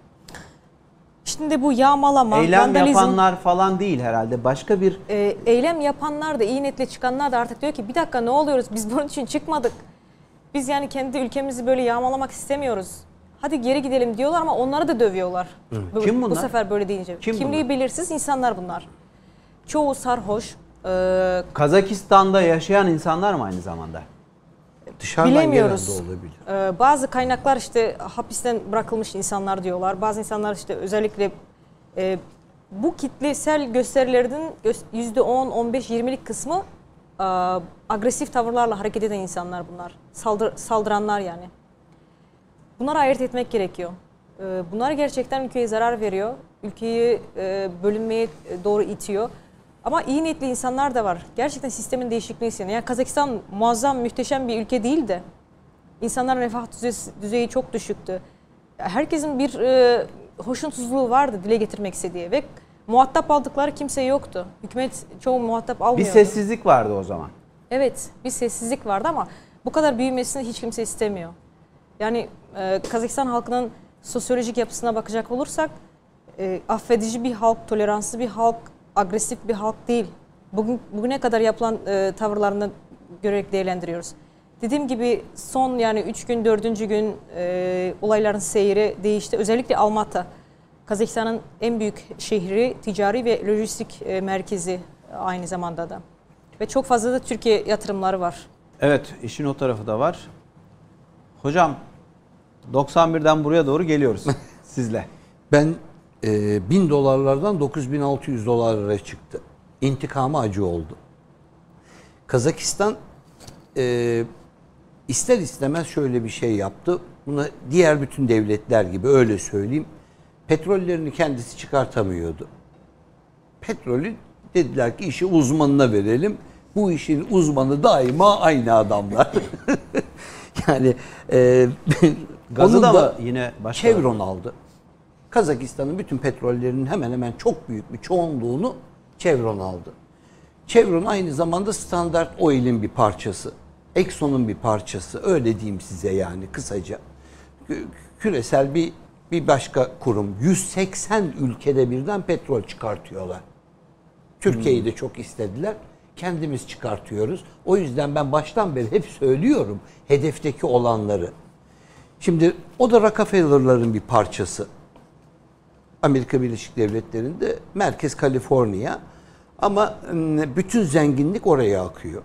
Şimdi bu yağmalama, Eylem vandalizm, yapanlar falan değil herhalde. Başka bir e, eylem yapanlar da, iyi niyetle çıkanlar da artık diyor ki bir dakika ne oluyoruz, biz bunun için çıkmadık. Biz yani kendi ülkemizi böyle yağmalamak istemiyoruz. Hadi geri gidelim diyorlar ama onları da dövüyorlar. Bu, Kim Bu bunlar? sefer böyle deyince. Kim Kimliği bunlar? belirsiz insanlar bunlar. Çoğu sarhoş. E, Kazakistan'da yaşayan insanlar mı aynı zamanda? Dışarıdan Bilemiyoruz. gelen de olabilir. Ee, bazı kaynaklar işte hapisten bırakılmış insanlar diyorlar. Bazı insanlar işte özellikle e, bu kitlesel gösterilerin yüzde on, on beş, yirmilik kısmı e, agresif tavırlarla hareket eden insanlar bunlar. Saldır, saldıranlar yani. Bunları ayırt etmek gerekiyor. E, bunlar gerçekten ülkeye zarar veriyor. Ülkeyi e, bölünmeye doğru itiyor. Ama iyi niyetli insanlar da var. Gerçekten sistemin değişikliğini isteyen. Yani Kazakistan muazzam, muhteşem bir ülke değil de insanların refah düzeyi, düzeyi çok düşüktü. Herkesin bir e, hoşnutsuzluğu vardı dile getirmek istediği ve muhatap aldıkları kimse yoktu. Hükümet çoğu muhatap Bir almıyordu. sessizlik vardı o zaman. Evet, bir sessizlik vardı ama bu kadar büyümesini hiç kimse istemiyor. Yani e, Kazakistan halkının sosyolojik yapısına bakacak olursak e, affedici bir halk, toleranslı bir halk, agresif bir halk değil. Bugün bugüne kadar yapılan e, tavırlarını görerek değerlendiriyoruz. Dediğim gibi son yani üç gün, dördüncü gün e, olayların seyri değişti. Özellikle Almatı, Kazakistan'ın en büyük şehri, ticari ve lojistik e, merkezi aynı zamanda da. Ve çok fazla da Türkiye yatırımları var. Evet, işin o tarafı da var. Hocam, doksan birden buraya doğru geliyoruz sizle. Ben e, bin dolarlardan dokuz bin altı yüz dolara çıktı. İntikamı acı oldu. Kazakistan e, ister istemez şöyle bir şey yaptı. Buna diğer bütün devletler gibi öyle söyleyeyim. Petrollerini kendisi çıkartamıyordu. Petrolü dediler ki işi uzmanına verelim. Bu işin uzmanı daima aynı adamlar. yani e, Gazı onun da mı yine başka? Chevron aldı. Kazakistan'ın bütün petrollerinin hemen hemen çok büyük bir çoğunluğunu Chevron aldı. Chevron aynı zamanda Standard Oil'in bir parçası. Exxon'un bir parçası. Öyle diyeyim size yani kısaca. Küresel bir bir başka kurum. yüz seksen ülkede birden petrol çıkartıyorlar. Türkiye'yi de çok istediler. Kendimiz çıkartıyoruz. O yüzden ben baştan beri hep söylüyorum hedefteki olanları. Şimdi o da Rockefeller'ların bir parçası. Amerika Birleşik Devletleri'nde merkez Kaliforniya ama bütün zenginlik oraya akıyor.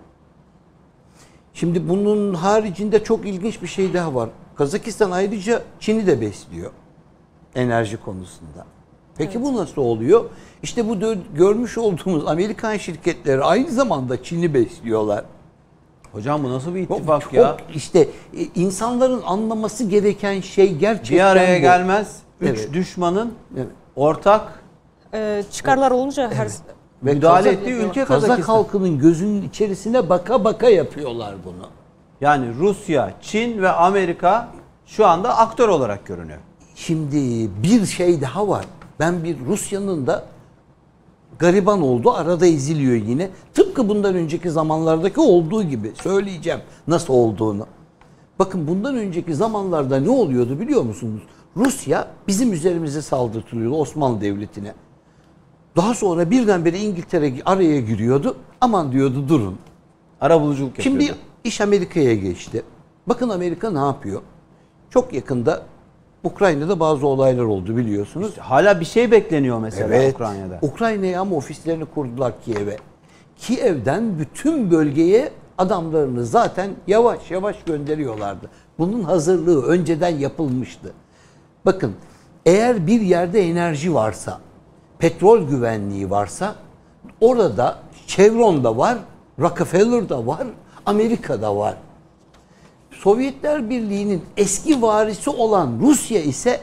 Şimdi bunun haricinde çok ilginç bir şey daha var. Kazakistan ayrıca Çin'i de besliyor enerji konusunda. Peki evet. Bu nasıl oluyor? İşte bu görmüş olduğumuz Amerikan şirketleri aynı zamanda Çin'i besliyorlar. Hocam bu nasıl bir ittifak çok, ya? İşte insanların anlaması gereken şey gerçekten bir araya bu. gelmez. Üç Evet. düşmanın Evet. ortak Ee, çıkarlar olunca her Evet. Ve müdahale Kazak, ettiği ülke Kazak Kazakistan. halkının gözünün içerisine baka baka yapıyorlar bunu. Yani Rusya, Çin ve Amerika şu anda aktör olarak görünüyor. Şimdi bir şey daha var. Ben bir Rusya'nın da gariban oldu, arada eziliyor yine. Tıpkı bundan önceki zamanlardaki olduğu gibi söyleyeceğim nasıl olduğunu. Bakın bundan önceki zamanlarda ne oluyordu biliyor musunuz? Rusya bizim üzerimize saldırtılıyordu Osmanlı Devleti'ne. Daha sonra birdenbire İngiltere araya giriyordu. Aman diyordu durun. Arabuluculuk yapıyordu. Şimdi iş Amerika'ya geçti. Bakın Amerika ne yapıyor? Çok yakında Ukrayna'da bazı olaylar oldu biliyorsunuz. İşte hala bir şey bekleniyor mesela Evet. Ukrayna'da. Ukrayna'ya ama ofislerini kurdular Kiev'e. Kiev'den bütün bölgeye adamlarını zaten yavaş yavaş gönderiyorlardı. Bunun hazırlığı önceden yapılmıştı. Bakın, eğer bir yerde enerji varsa, petrol güvenliği varsa, orada Chevron'da var, Rockefeller'da var, Amerika'da var. Sovyetler Birliği'nin eski varisi olan Rusya ise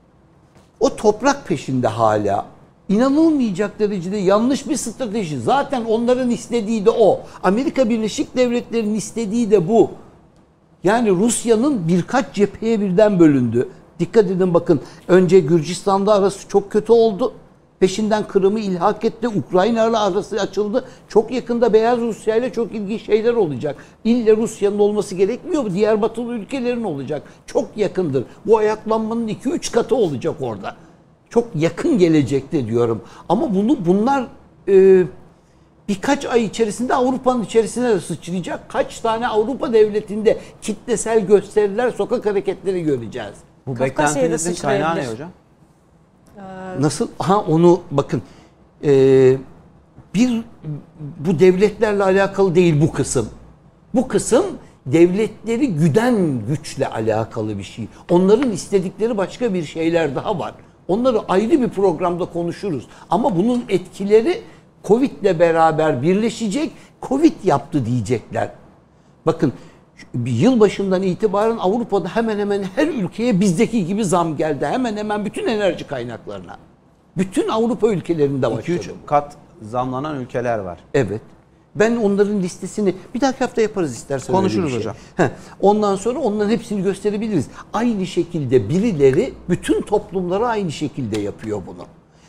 o toprak peşinde hala. İnanılmayacak derecede yanlış bir strateji. Zaten onların istediği de o. Amerika Birleşik Devletleri'nin istediği de bu. Yani Rusya'nın birkaç cepheye birden bölündü. Dikkat edin bakın. Önce Gürcistan'da arası çok kötü oldu. Peşinden Kırım'ı ilhak etti. Ukrayna ile arası açıldı. Çok yakında Beyaz Rusya ile çok ilginç şeyler olacak. İlle Rusya'nın olması gerekmiyor mu? Diğer batılı ülkelerin olacak. Çok yakındır. Bu ayaklanmanın iki üç katı olacak orada. Çok yakın gelecekte diyorum. Ama bunu bunlar e, birkaç ay içerisinde Avrupa'nın içerisine de sıçrayacak. Kaç tane Avrupa devletinde kitlesel gösteriler, sokak hareketleri göreceğiz. Bu Kafkasya'ya da beklentinizin kaynağı ne sıçrayabilir. hocam? Nasıl? Ha onu bakın. Ee, bir bu devletlerle alakalı değil bu kısım. Bu kısım devletleri güden güçle alakalı bir şey. Onların istedikleri başka bir şeyler daha var. Onları ayrı bir programda konuşuruz. Ama bunun etkileri Covid'le beraber birleşecek. Covid yaptı diyecekler. Bakın, yılbaşından itibaren Avrupa'da hemen hemen her ülkeye bizdeki gibi zam geldi. Hemen hemen bütün enerji kaynaklarına. Bütün Avrupa ülkelerinde başladı. iki üç kat zamlanan ülkeler var. Evet. Ben onların listesini bir dahaki hafta yaparız istersen. Konuşuruz öyle bir hocam. Heh. Ondan sonra onların hepsini gösterebiliriz. Aynı şekilde birileri bütün toplumlara aynı şekilde yapıyor bunu.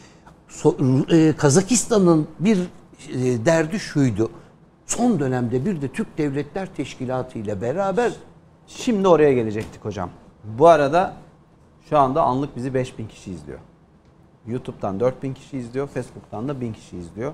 So- e, Kazakistan'ın bir e, derdi şuydu. Son dönemde bir de Türk Devletler Teşkilatı ile beraber Şimdi oraya gelecektik hocam. Bu arada şu anda anlık bizi beş bin kişi izliyor. YouTube'dan dört bin kişi izliyor. Facebook'tan da bin kişi izliyor.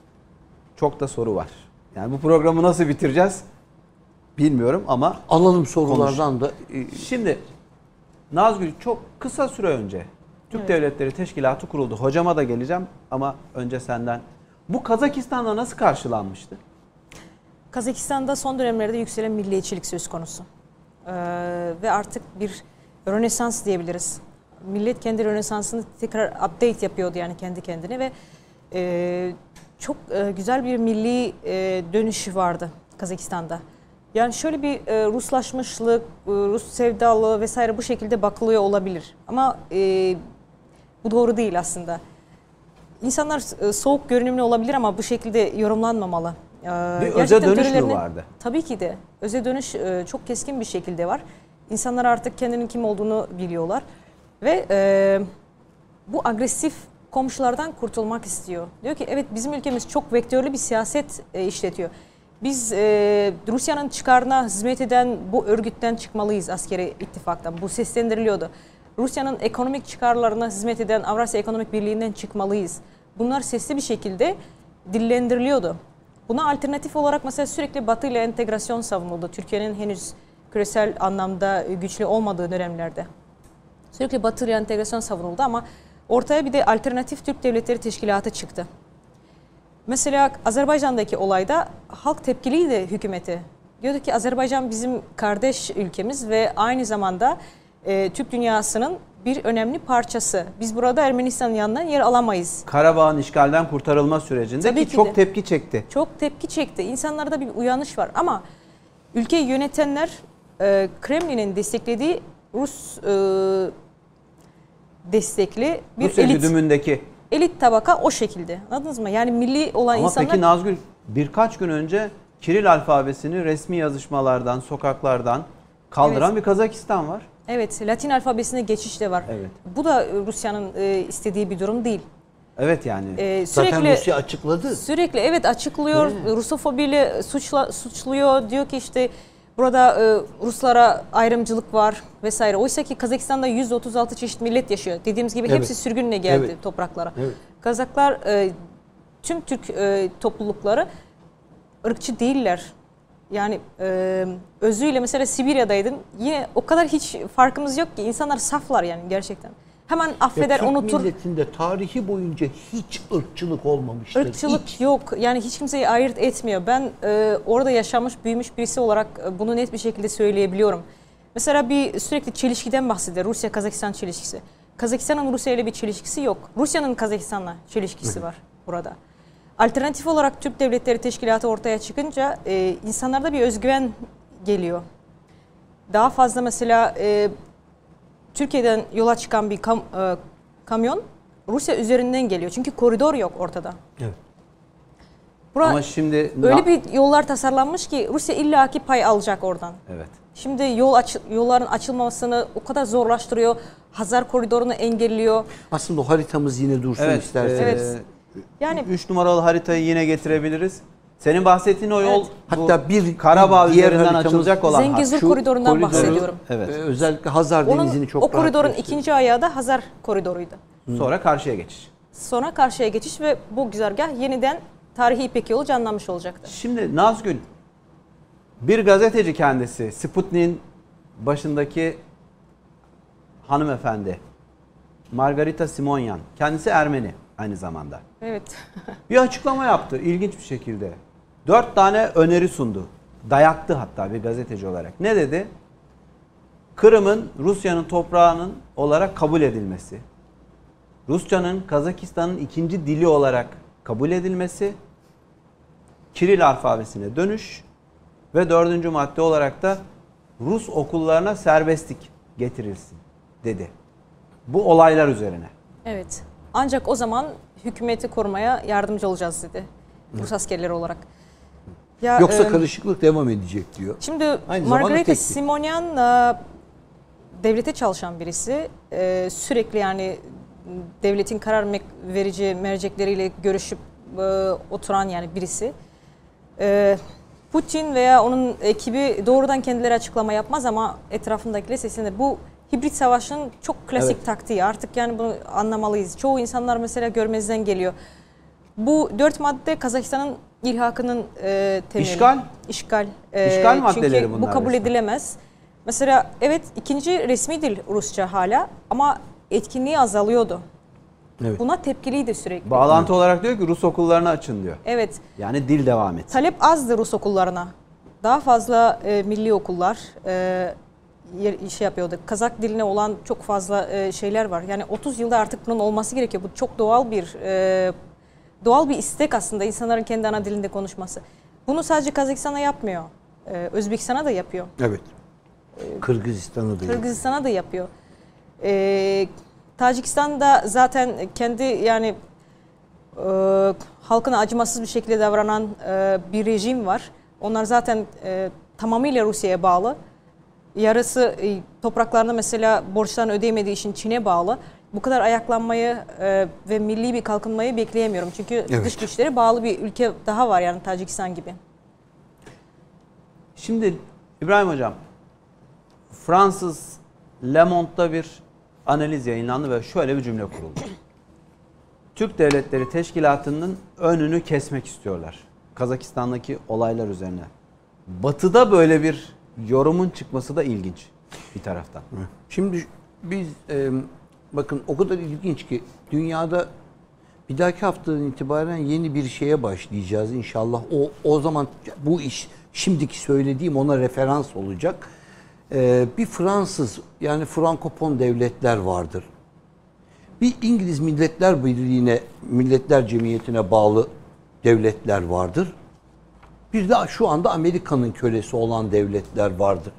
Çok da soru var. Yani bu programı nasıl bitireceğiz bilmiyorum ama alalım sorulardan da. e, şimdi Nazgül çok kısa süre önce Türk Evet. Devletleri Teşkilatı kuruldu. Hocama da geleceğim ama önce senden. Bu Kazakistan'da nasıl karşılanmıştı? Kazakistan'da son dönemlerde yükselen milliyetçilik söz konusu. Ee, ve artık bir rönesans diyebiliriz. Millet kendi rönesansını tekrar update yapıyordu yani kendi kendine ve e, çok e, güzel bir milli e, dönüşü vardı Kazakistan'da. Yani şöyle bir e, Ruslaşmışlık, e, Rus sevdalığı vesaire bu şekilde bakılıyor olabilir. Ama e, bu doğru değil aslında. İnsanlar e, soğuk görünümlü olabilir ama bu şekilde yorumlanmamalı. Ee, Bir öze gerçekten dönüş mü törelerine- vardı? Tabii ki de. Öze dönüş e, çok keskin bir şekilde var. İnsanlar artık kendinin kim olduğunu biliyorlar. Ve e, bu agresif komşulardan kurtulmak istiyor. Diyor ki evet bizim ülkemiz çok vektörlü bir siyaset e, işletiyor. Biz e, Rusya'nın çıkarına hizmet eden bu örgütten çıkmalıyız, askeri ittifaktan. Bu seslendiriliyordu. Rusya'nın ekonomik çıkarlarına hizmet eden Avrasya Ekonomik Birliği'nden çıkmalıyız. Bunlar sesli bir şekilde dillendiriliyordu. Buna alternatif olarak mesela sürekli Batı ile entegrasyon savunuldu. Türkiye'nin henüz küresel anlamda güçlü olmadığı dönemlerde. Sürekli Batı ile entegrasyon savunuldu ama ortaya bir de alternatif Türk Devletleri Teşkilatı çıktı. Mesela Azerbaycan'daki olayda halk tepkiliydi hükümete. Diyordu ki Azerbaycan bizim kardeş ülkemiz ve aynı zamanda e, Türk dünyasının bir önemli parçası. Biz burada Ermenistan'ın yanından yer alamayız. Karabağ'ın işgalden kurtarılma sürecinde Tabii ki ki çok de. tepki çekti. Çok tepki çekti. İnsanlarda bir uyanış var ama ülkeyi yönetenler e, Kremlin'in desteklediği Rus e, destekli bir Rusya elit. güdümündeki. Elit tabaka o şekilde. Anladınız mı? Yani milli olan Ama insanlar... peki Nazgül birkaç gün önce Kiril alfabesini resmi yazışmalardan, sokaklardan kaldıran Evet. bir Kazakistan var. Evet, Latin alfabesine geçiş de var. Evet. Bu da Rusya'nın e, istediği bir durum değil. Evet yani. E, Zaten sürekli Rusya açıkladı. sürekli evet açıklıyor, Rusofobiyle suçla, suçluyor. Diyor ki işte burada e, Ruslara ayrımcılık var vesaire. Oysa ki Kazakistan'da yüz otuz altı çeşit millet yaşıyor. Dediğimiz gibi Evet. hepsi sürgünle geldi Evet. topraklara. Evet. Kazaklar, e, tüm Türk e, toplulukları ırkçı değiller. yani e, özüyle mesela Sibirya'daydın. Yine o kadar hiç farkımız yok ki. İnsanlar saflar yani gerçekten. Hemen affeder, Türk unutur. milletinde tarihi boyunca hiç ırkçılık olmamıştır. Irkçılık hiç. yok. Yani hiç kimseyi ayırt etmiyor. Ben e, orada yaşamış, büyümüş birisi olarak e, bunu net bir şekilde söyleyebiliyorum. Mesela bir sürekli çelişkiden bahsediyor. Rusya-Kazakistan çelişkisi. Kazakistan'ın Rusya ile bir çelişkisi yok. Rusya'nın Kazakistan'la çelişkisi var burada. Alternatif olarak Türk Devletleri Teşkilatı ortaya çıkınca e, insanlarda bir özgüven geliyor. Daha fazla mesela e, Türkiye'den yola çıkan bir kam, e, kamyon Rusya üzerinden geliyor. Çünkü koridor yok ortada. Evet. Bura, Ama şimdi öyle bir yollar tasarlanmış ki Rusya illaki pay alacak oradan. evet. Şimdi yol aç, yolların açılmamasını o kadar zorlaştırıyor. Hazar koridorunu engelliyor. Aslında o haritamız yine dursun Evet, isterseniz. Evet. Yani üç numaralı haritayı yine getirebiliriz. Senin bahsettiğin o yol Evet. bu Hatta bir Karabağ diğer üzerinden haritamız- açılacak olan hat. Zengezur Şu koridorundan koridoru- bahsediyorum. Evet. Ee, özellikle Hazar Denizi'ni Onun, çok o rahat koridorun gösteriyor. ikinci ayağı da Hazar koridoruydu. Sonra karşıya geçiş. Sonra karşıya geçiş ve bu güzergah yeniden tarihi İpek yolu canlanmış olacaktı. Şimdi Nazgül, bir gazeteci kendisi, Sputnik'in başındaki hanımefendi, Margarita Simonyan, kendisi Ermeni aynı zamanda. Evet. Bir açıklama yaptı ilginç bir şekilde. Dört tane öneri sundu. Dayattı hatta bir gazeteci olarak. Ne dedi? Kırım'ın Rusya'nın toprağının olarak kabul edilmesi. Rusçanın Kazakistan'ın ikinci dili olarak kabul edilmesi. Kiril alfabesine dönüş. Ve dördüncü madde olarak da Rus okullarına serbestlik getirilsin dedi. Bu olaylar üzerine. Evet. Ancak o zaman hükümeti korumaya yardımcı olacağız dedi. Rus askerleri olarak. Ya, Yoksa e, karışıklık devam edecek diyor. Şimdi Aynı zamanda Margarita tek- Simonyan e, devlete çalışan birisi. E, sürekli yani devletin karar me- verici mercekleriyle görüşüp e, oturan yani birisi. E, Putin veya onun ekibi doğrudan kendileri açıklama yapmaz ama etrafındakiler seslenir. Bu hibrit savaşın çok klasik Evet. taktiği. Artık yani bunu anlamalıyız. Çoğu insanlar mesela görmezden geliyor. Bu dört madde Kazakistan'ın ilhakının e, temeli. İşgal. İşgal. E, İşgal maddeleri çünkü bu bunlar kabul resmen. edilemez. Mesela evet ikinci resmi dil Rusça hala ama etkinliği azalıyordu. Evet. Buna tepkiliydi sürekli. Bağlantı olarak diyor ki Rus okullarını açın diyor. Evet. Yani dil devam et. Talep azdı Rus okullarına. Daha fazla e, milli okullar e, yer, şey yapıyordu. Kazak diline olan çok fazla e, şeyler var. Yani otuz yılda artık bunun olması gerekiyor. Bu çok doğal bir e, doğal bir istek aslında insanların kendi ana dilinde konuşması. Bunu sadece Kazakistan'a yapmıyor. E, Özbekistan'a da yapıyor. Evet. Kırgızistan'ı da. Kırgızistan'a da yapıyor. E, Tacikistan'da zaten kendi yani e, halkına acımasız bir şekilde davranan e, bir rejim var. Onlar zaten e, tamamıyla Rusya'ya bağlı. Yarısı e, topraklarında mesela borçlarını ödeyemediği için Çin'e bağlı. Bu kadar ayaklanmayı e, ve milli bir kalkınmayı bekleyemiyorum. Çünkü Evet. dış güçleri bağlı bir ülke daha var yani Tacikistan gibi. Şimdi İbrahim Hocam, Fransız Le Monde'da bir analiz yayınlandı ve şöyle bir cümle kuruldu. Türk Devletleri Teşkilatı'nın önünü kesmek istiyorlar. Kazakistan'daki olaylar üzerine. Batı'da böyle bir yorumun çıkması da ilginç bir taraftan. Şimdi biz e, bakın o kadar ilginç ki dünyada bir dahaki haftadan itibaren yeni bir şeye başlayacağız inşallah. O o zaman bu iş şimdiki söylediğim ona referans olacak. E, bir Fransız yani Frankofon devletler vardır. Bir İngiliz Milletler Birliği'ne, Milletler Cemiyeti'ne bağlı devletler vardır. Bir de şu anda Amerika'nın kölesi olan devletler vardır.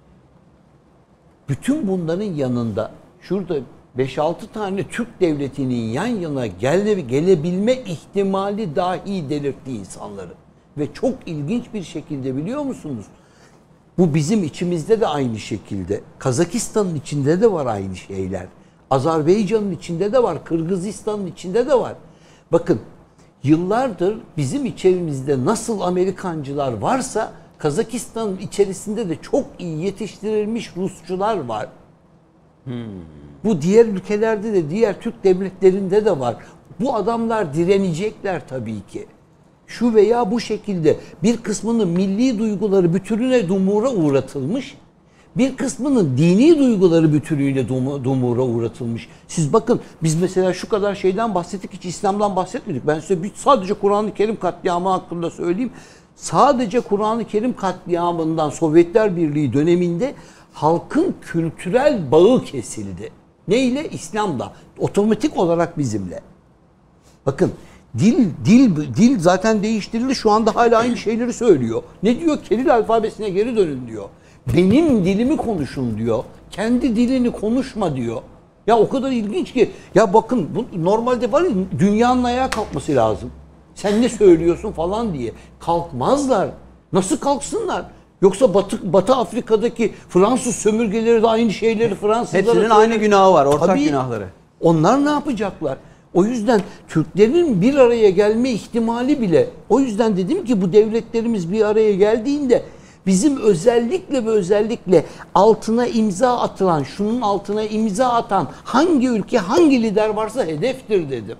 Bütün bunların yanında şurada beş altı tane Türk devletinin yan yana gele, gelebilme ihtimali dahi delirtti insanları. Ve çok ilginç bir şekilde biliyor musunuz? Bu bizim içimizde de aynı şekilde. Kazakistan'ın içinde de var aynı şeyler. Azerbaycan'ın içinde de var. Kırgızistan'ın içinde de var. Bakın yıllardır bizim içerimizde nasıl Amerikancılar varsa Kazakistan'ın içerisinde de çok iyi yetiştirilmiş Rusçular var. Hmm. Bu diğer ülkelerde de diğer Türk devletlerinde de var. Bu adamlar direnecekler tabii ki. şu veya bu şekilde bir kısmının milli duyguları bütününe dumura uğratılmış, bir kısmının dini duyguları bütünüyle dumura uğratılmış. Siz bakın, biz mesela şu kadar şeyden bahsettik, hiç İslam'dan bahsetmedik. Ben size bir, sadece Kur'an-ı Kerim katliamı hakkında söyleyeyim. Sadece Kur'an-ı Kerim katliamından Sovyetler Birliği döneminde halkın kültürel bağı kesildi. Neyle? İslam'la. Otomatik olarak bizimle. Bakın, dil dil dil zaten değiştirildi. Şu anda hala aynı şeyleri söylüyor. Ne diyor? Kiril alfabesine geri dönün diyor. Benim dilimi konuşun diyor. Kendi dilini konuşma diyor. Ya o kadar ilginç ki. Ya bakın, bu normalde var ya, dünyanın ayağa kalkması lazım. Sen ne söylüyorsun falan diye. Kalkmazlar. Nasıl kalksınlar? Yoksa Batı, Batı Afrika'daki Fransız sömürgeleri de aynı şeyleri Fransızlara... Hepsinin aynı günahı var, ortak Tabii, günahları. Onlar ne yapacaklar? O yüzden Türklerin bir araya gelme ihtimali bile... O yüzden dedim ki bu devletlerimiz bir araya geldiğinde... Bizim özellikle ve özellikle altına imza atılan, şunun altına imza atan hangi ülke, hangi lider varsa hedeftir dedim.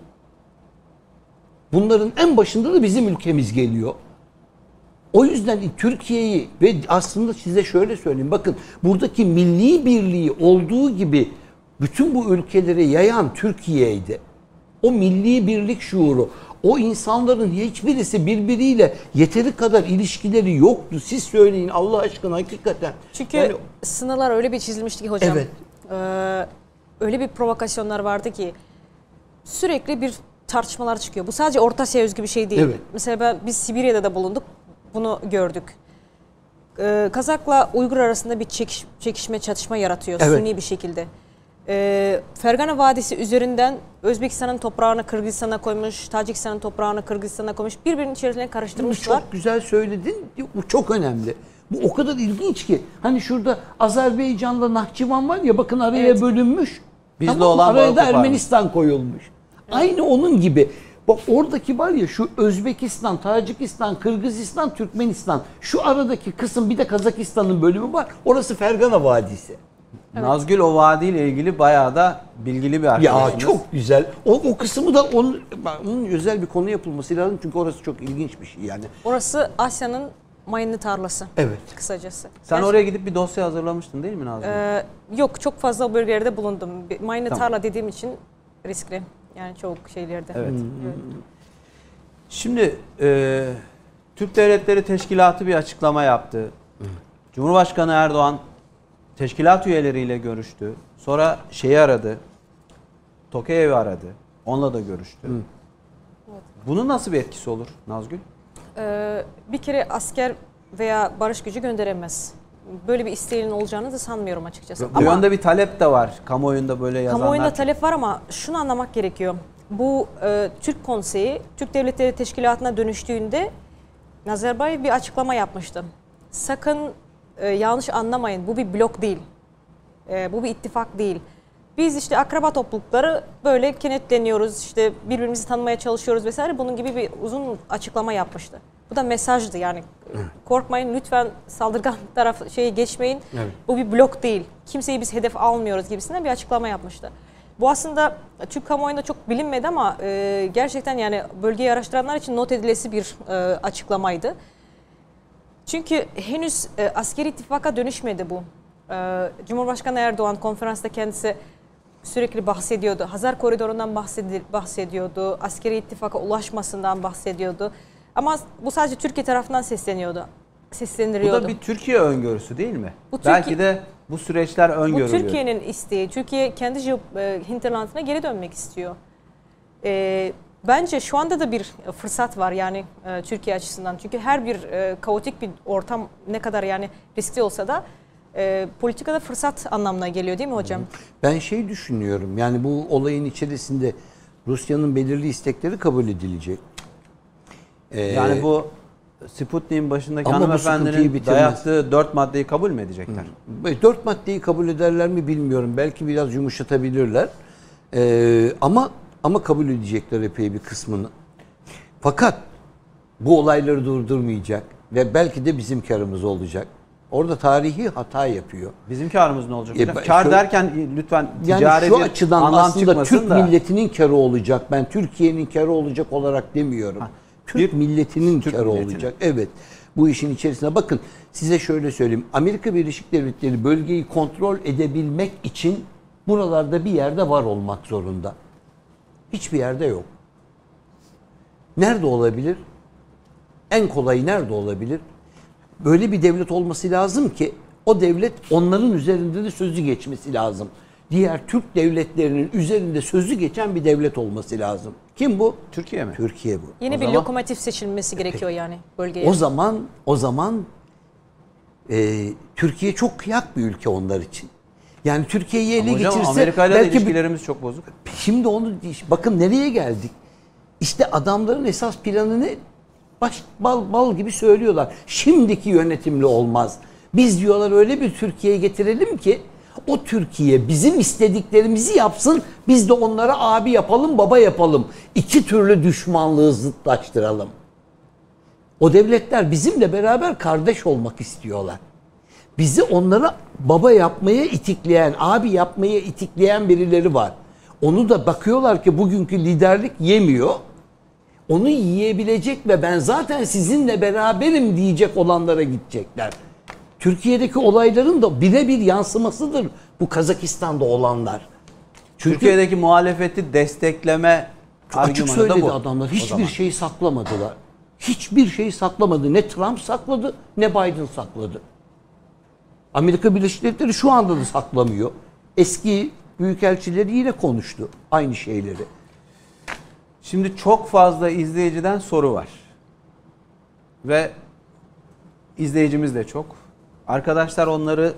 Bunların en başında da bizim ülkemiz geliyor. O yüzden Türkiye'yi ve aslında size şöyle söyleyeyim. Bakın, buradaki milli birliği olduğu gibi bütün bu ülkelere yayan Türkiye'ydi. O milli birlik şuuru. O insanların hiçbirisi birbiriyle yeteri kadar ilişkileri yoktu. Siz söyleyin Allah aşkına, hakikaten. Çünkü yani, sınırlar öyle bir çizilmişti ki hocam. Evet. Ee, öyle bir provokasyonlar vardı ki sürekli bir tartışmalar çıkıyor. Bu sadece Orta Asya özgü bir şey değil. Evet. Mesela ben, biz Sibirya'da da bulunduk. Bunu gördük. Ee, Kazak'la Uygur arasında bir çekiş, çekişme, çatışma yaratıyor. Evet. Suni bir şekilde. Ee, Fergana Vadisi üzerinden Özbekistan'ın toprağını Kırgızistan'a koymuş, Tacikistan'ın toprağını Kırgızistan'a koymuş. Birbirinin içerisine karıştırmışlar. Çok güzel söyledin. Bu çok önemli. Bu o kadar ilginç ki. Hani şurada Azerbaycan'la Nahçıvan var ya, bakın araya evet. bölünmüş. Bizde tamam, olan araya da Ermenistan koyulmuş. Evet. Aynı onun gibi. Bak oradaki var ya, şu Özbekistan, Tacikistan, Kırgızistan, Türkmenistan. Şu aradaki kısım, bir de Kazakistan'ın bölümü var. Orası Fergana Vadisi. Evet. Nazgül o vadiyle ilgili bayağı da bilgili bir arkadaşımız. Ya çok güzel. O, o kısmı da onun, onun özel bir konu yapılması lazım. Çünkü orası çok ilginç bir şey yani. Orası Asya'nın mayınlı tarlası. Evet. Kısacası. Sen Gerçekten, oraya gidip bir dosya hazırlamıştın değil mi Nazgül? E, yok, çok fazla o bölgelerde bulundum. Mayınlı tamam. tarla dediğim için riskli. Yani çok şeylerde. Evet. evet. Şimdi e, Türk Devletleri Teşkilatı bir açıklama yaptı. Hı. Cumhurbaşkanı Erdoğan teşkilat üyeleriyle görüştü. Sonra şeyi aradı. Tokayev'i aradı. Onunla da görüştü. Hı. Evet. Bunun nasıl bir etkisi olur Nazgül? Ee, bir kere asker veya barış gücü gönderemez. Böyle bir isteğinin olacağını da sanmıyorum açıkçası. Bu ama yönde bir talep de var. Kamuoyunda böyle yazanlar. Kamuoyunda çok... talep var ama şunu anlamak gerekiyor. Bu e, Türk Konseyi, Türk Devletleri Teşkilatı'na dönüştüğünde Nazarbayev bir açıklama yapmıştı. Sakın e, yanlış anlamayın, bu bir blok değil. E, bu bir ittifak değil. Biz işte akraba toplulukları böyle kenetleniyoruz, işte birbirimizi tanımaya çalışıyoruz vesaire. Bunun gibi bir uzun açıklama yapmıştı. Bu da mesajdı yani. Evet. Korkmayın lütfen, saldırgan taraf şeyi geçmeyin. Evet. Bu bir blok değil. Kimseyi biz hedef almıyoruz gibisinden bir açıklama yapmıştı. Bu aslında Türk kamuoyunda çok bilinmedi ama e, gerçekten yani bölgeyi araştıranlar için not edilesi bir e, açıklamaydı. Çünkü henüz e, askeri ittifaka dönüşmedi bu. E, Cumhurbaşkanı Erdoğan konferansta kendisi sürekli bahsediyordu. Hazar koridorundan bahsediyordu. Askeri ittifaka ulaşmasından bahsediyordu. Ama bu sadece Türkiye tarafından sesleniyordu. Sesleniliyordu. Bu da bir Türkiye öngörüsü değil mi? Bu Türkiye, Belki de bu süreçler öngörülüyor. Bu Türkiye'nin isteği. Türkiye kendi e, hinterlandına geri dönmek istiyor. E, bence şu anda da bir fırsat var yani e, Türkiye açısından. Çünkü her bir e, kaotik bir ortam ne kadar yani riskli olsa da e, politikada fırsat anlamına geliyor değil mi hocam? Ben şey düşünüyorum, yani bu olayın içerisinde Rusya'nın belirli istekleri kabul edilecek. Ee, yani bu Sputnik'in başındaki hanımefendinin dayattığı dört maddeyi kabul mü edecekler? Hı. Dört maddeyi kabul ederler mi bilmiyorum. Belki biraz yumuşatabilirler. Ee, ama ama kabul edecekler epey bir kısmını. Fakat bu olayları durdurmayacak ve belki de bizim karımız olacak. Orada tarihi hata yapıyor. Bizim karımız ne olacak? E, Kar şu, derken lütfen ticari yani şu bir açıdan anlam aslında Türk da. milletinin karı olacak. Ben Türkiye'nin karı olacak olarak demiyorum. Ha. Türk Bir- milletinin Türk karı milletinin. olacak. Evet. Bu işin içerisine bakın, size şöyle söyleyeyim. Amerika Birleşik Devletleri bölgeyi kontrol edebilmek için buralarda bir yerde var olmak zorunda. Hiçbir yerde yok. Nerede olabilir? En kolayı nerede olabilir? Böyle bir devlet olması lazım ki o devlet onların üzerinde de sözü geçmesi lazım. Diğer Türk devletlerinin üzerinde sözü geçen bir devlet olması lazım. Kim bu? Türkiye mi? Türkiye bu. Yeni O bir zaman- lokomotif seçilmesi gerekiyor yani bölgeye. O zaman o zaman e, Türkiye çok kıyak bir ülke onlar için. Yani Türkiye'yi ele Ama hocam geçirse Amerika ile de belki bir- ilişkilerimiz çok bozuk. şimdi onu bakın nereye geldik. İşte adamların esas planını baş, bal, bal gibi söylüyorlar. Şimdiki yönetimle olmaz. Biz diyorlar öyle bir Türkiye'ye getirelim ki o Türkiye bizim istediklerimizi yapsın. Biz de onlara abi yapalım, baba yapalım. İki türlü düşmanlığı zıtlaştıralım. O devletler bizimle beraber kardeş olmak istiyorlar. Bizi onlara baba yapmaya itikleyen, abi yapmaya itikleyen birileri var. Onu da bakıyorlar ki bugünkü liderlik yemiyor. Onu yiyebilecek ve ben zaten sizinle beraberim diyecek olanlara gidecekler. Türkiye'deki olayların da birebir yansımasıdır bu Kazakistan'da olanlar. Çünkü Türkiye'deki muhalefeti destekleme açık argümanı da söyledi bu. adamlar. O Hiçbir zaman. şey saklamadılar. Hiçbir şey saklamadı. Ne Trump sakladı ne Biden sakladı. Amerika Birleşik Devletleri şu anda da saklamıyor. Eski büyükelçileri yine konuştu aynı şeyleri. Şimdi çok fazla izleyiciden soru var. Ve izleyicimiz de çok. Arkadaşlar onları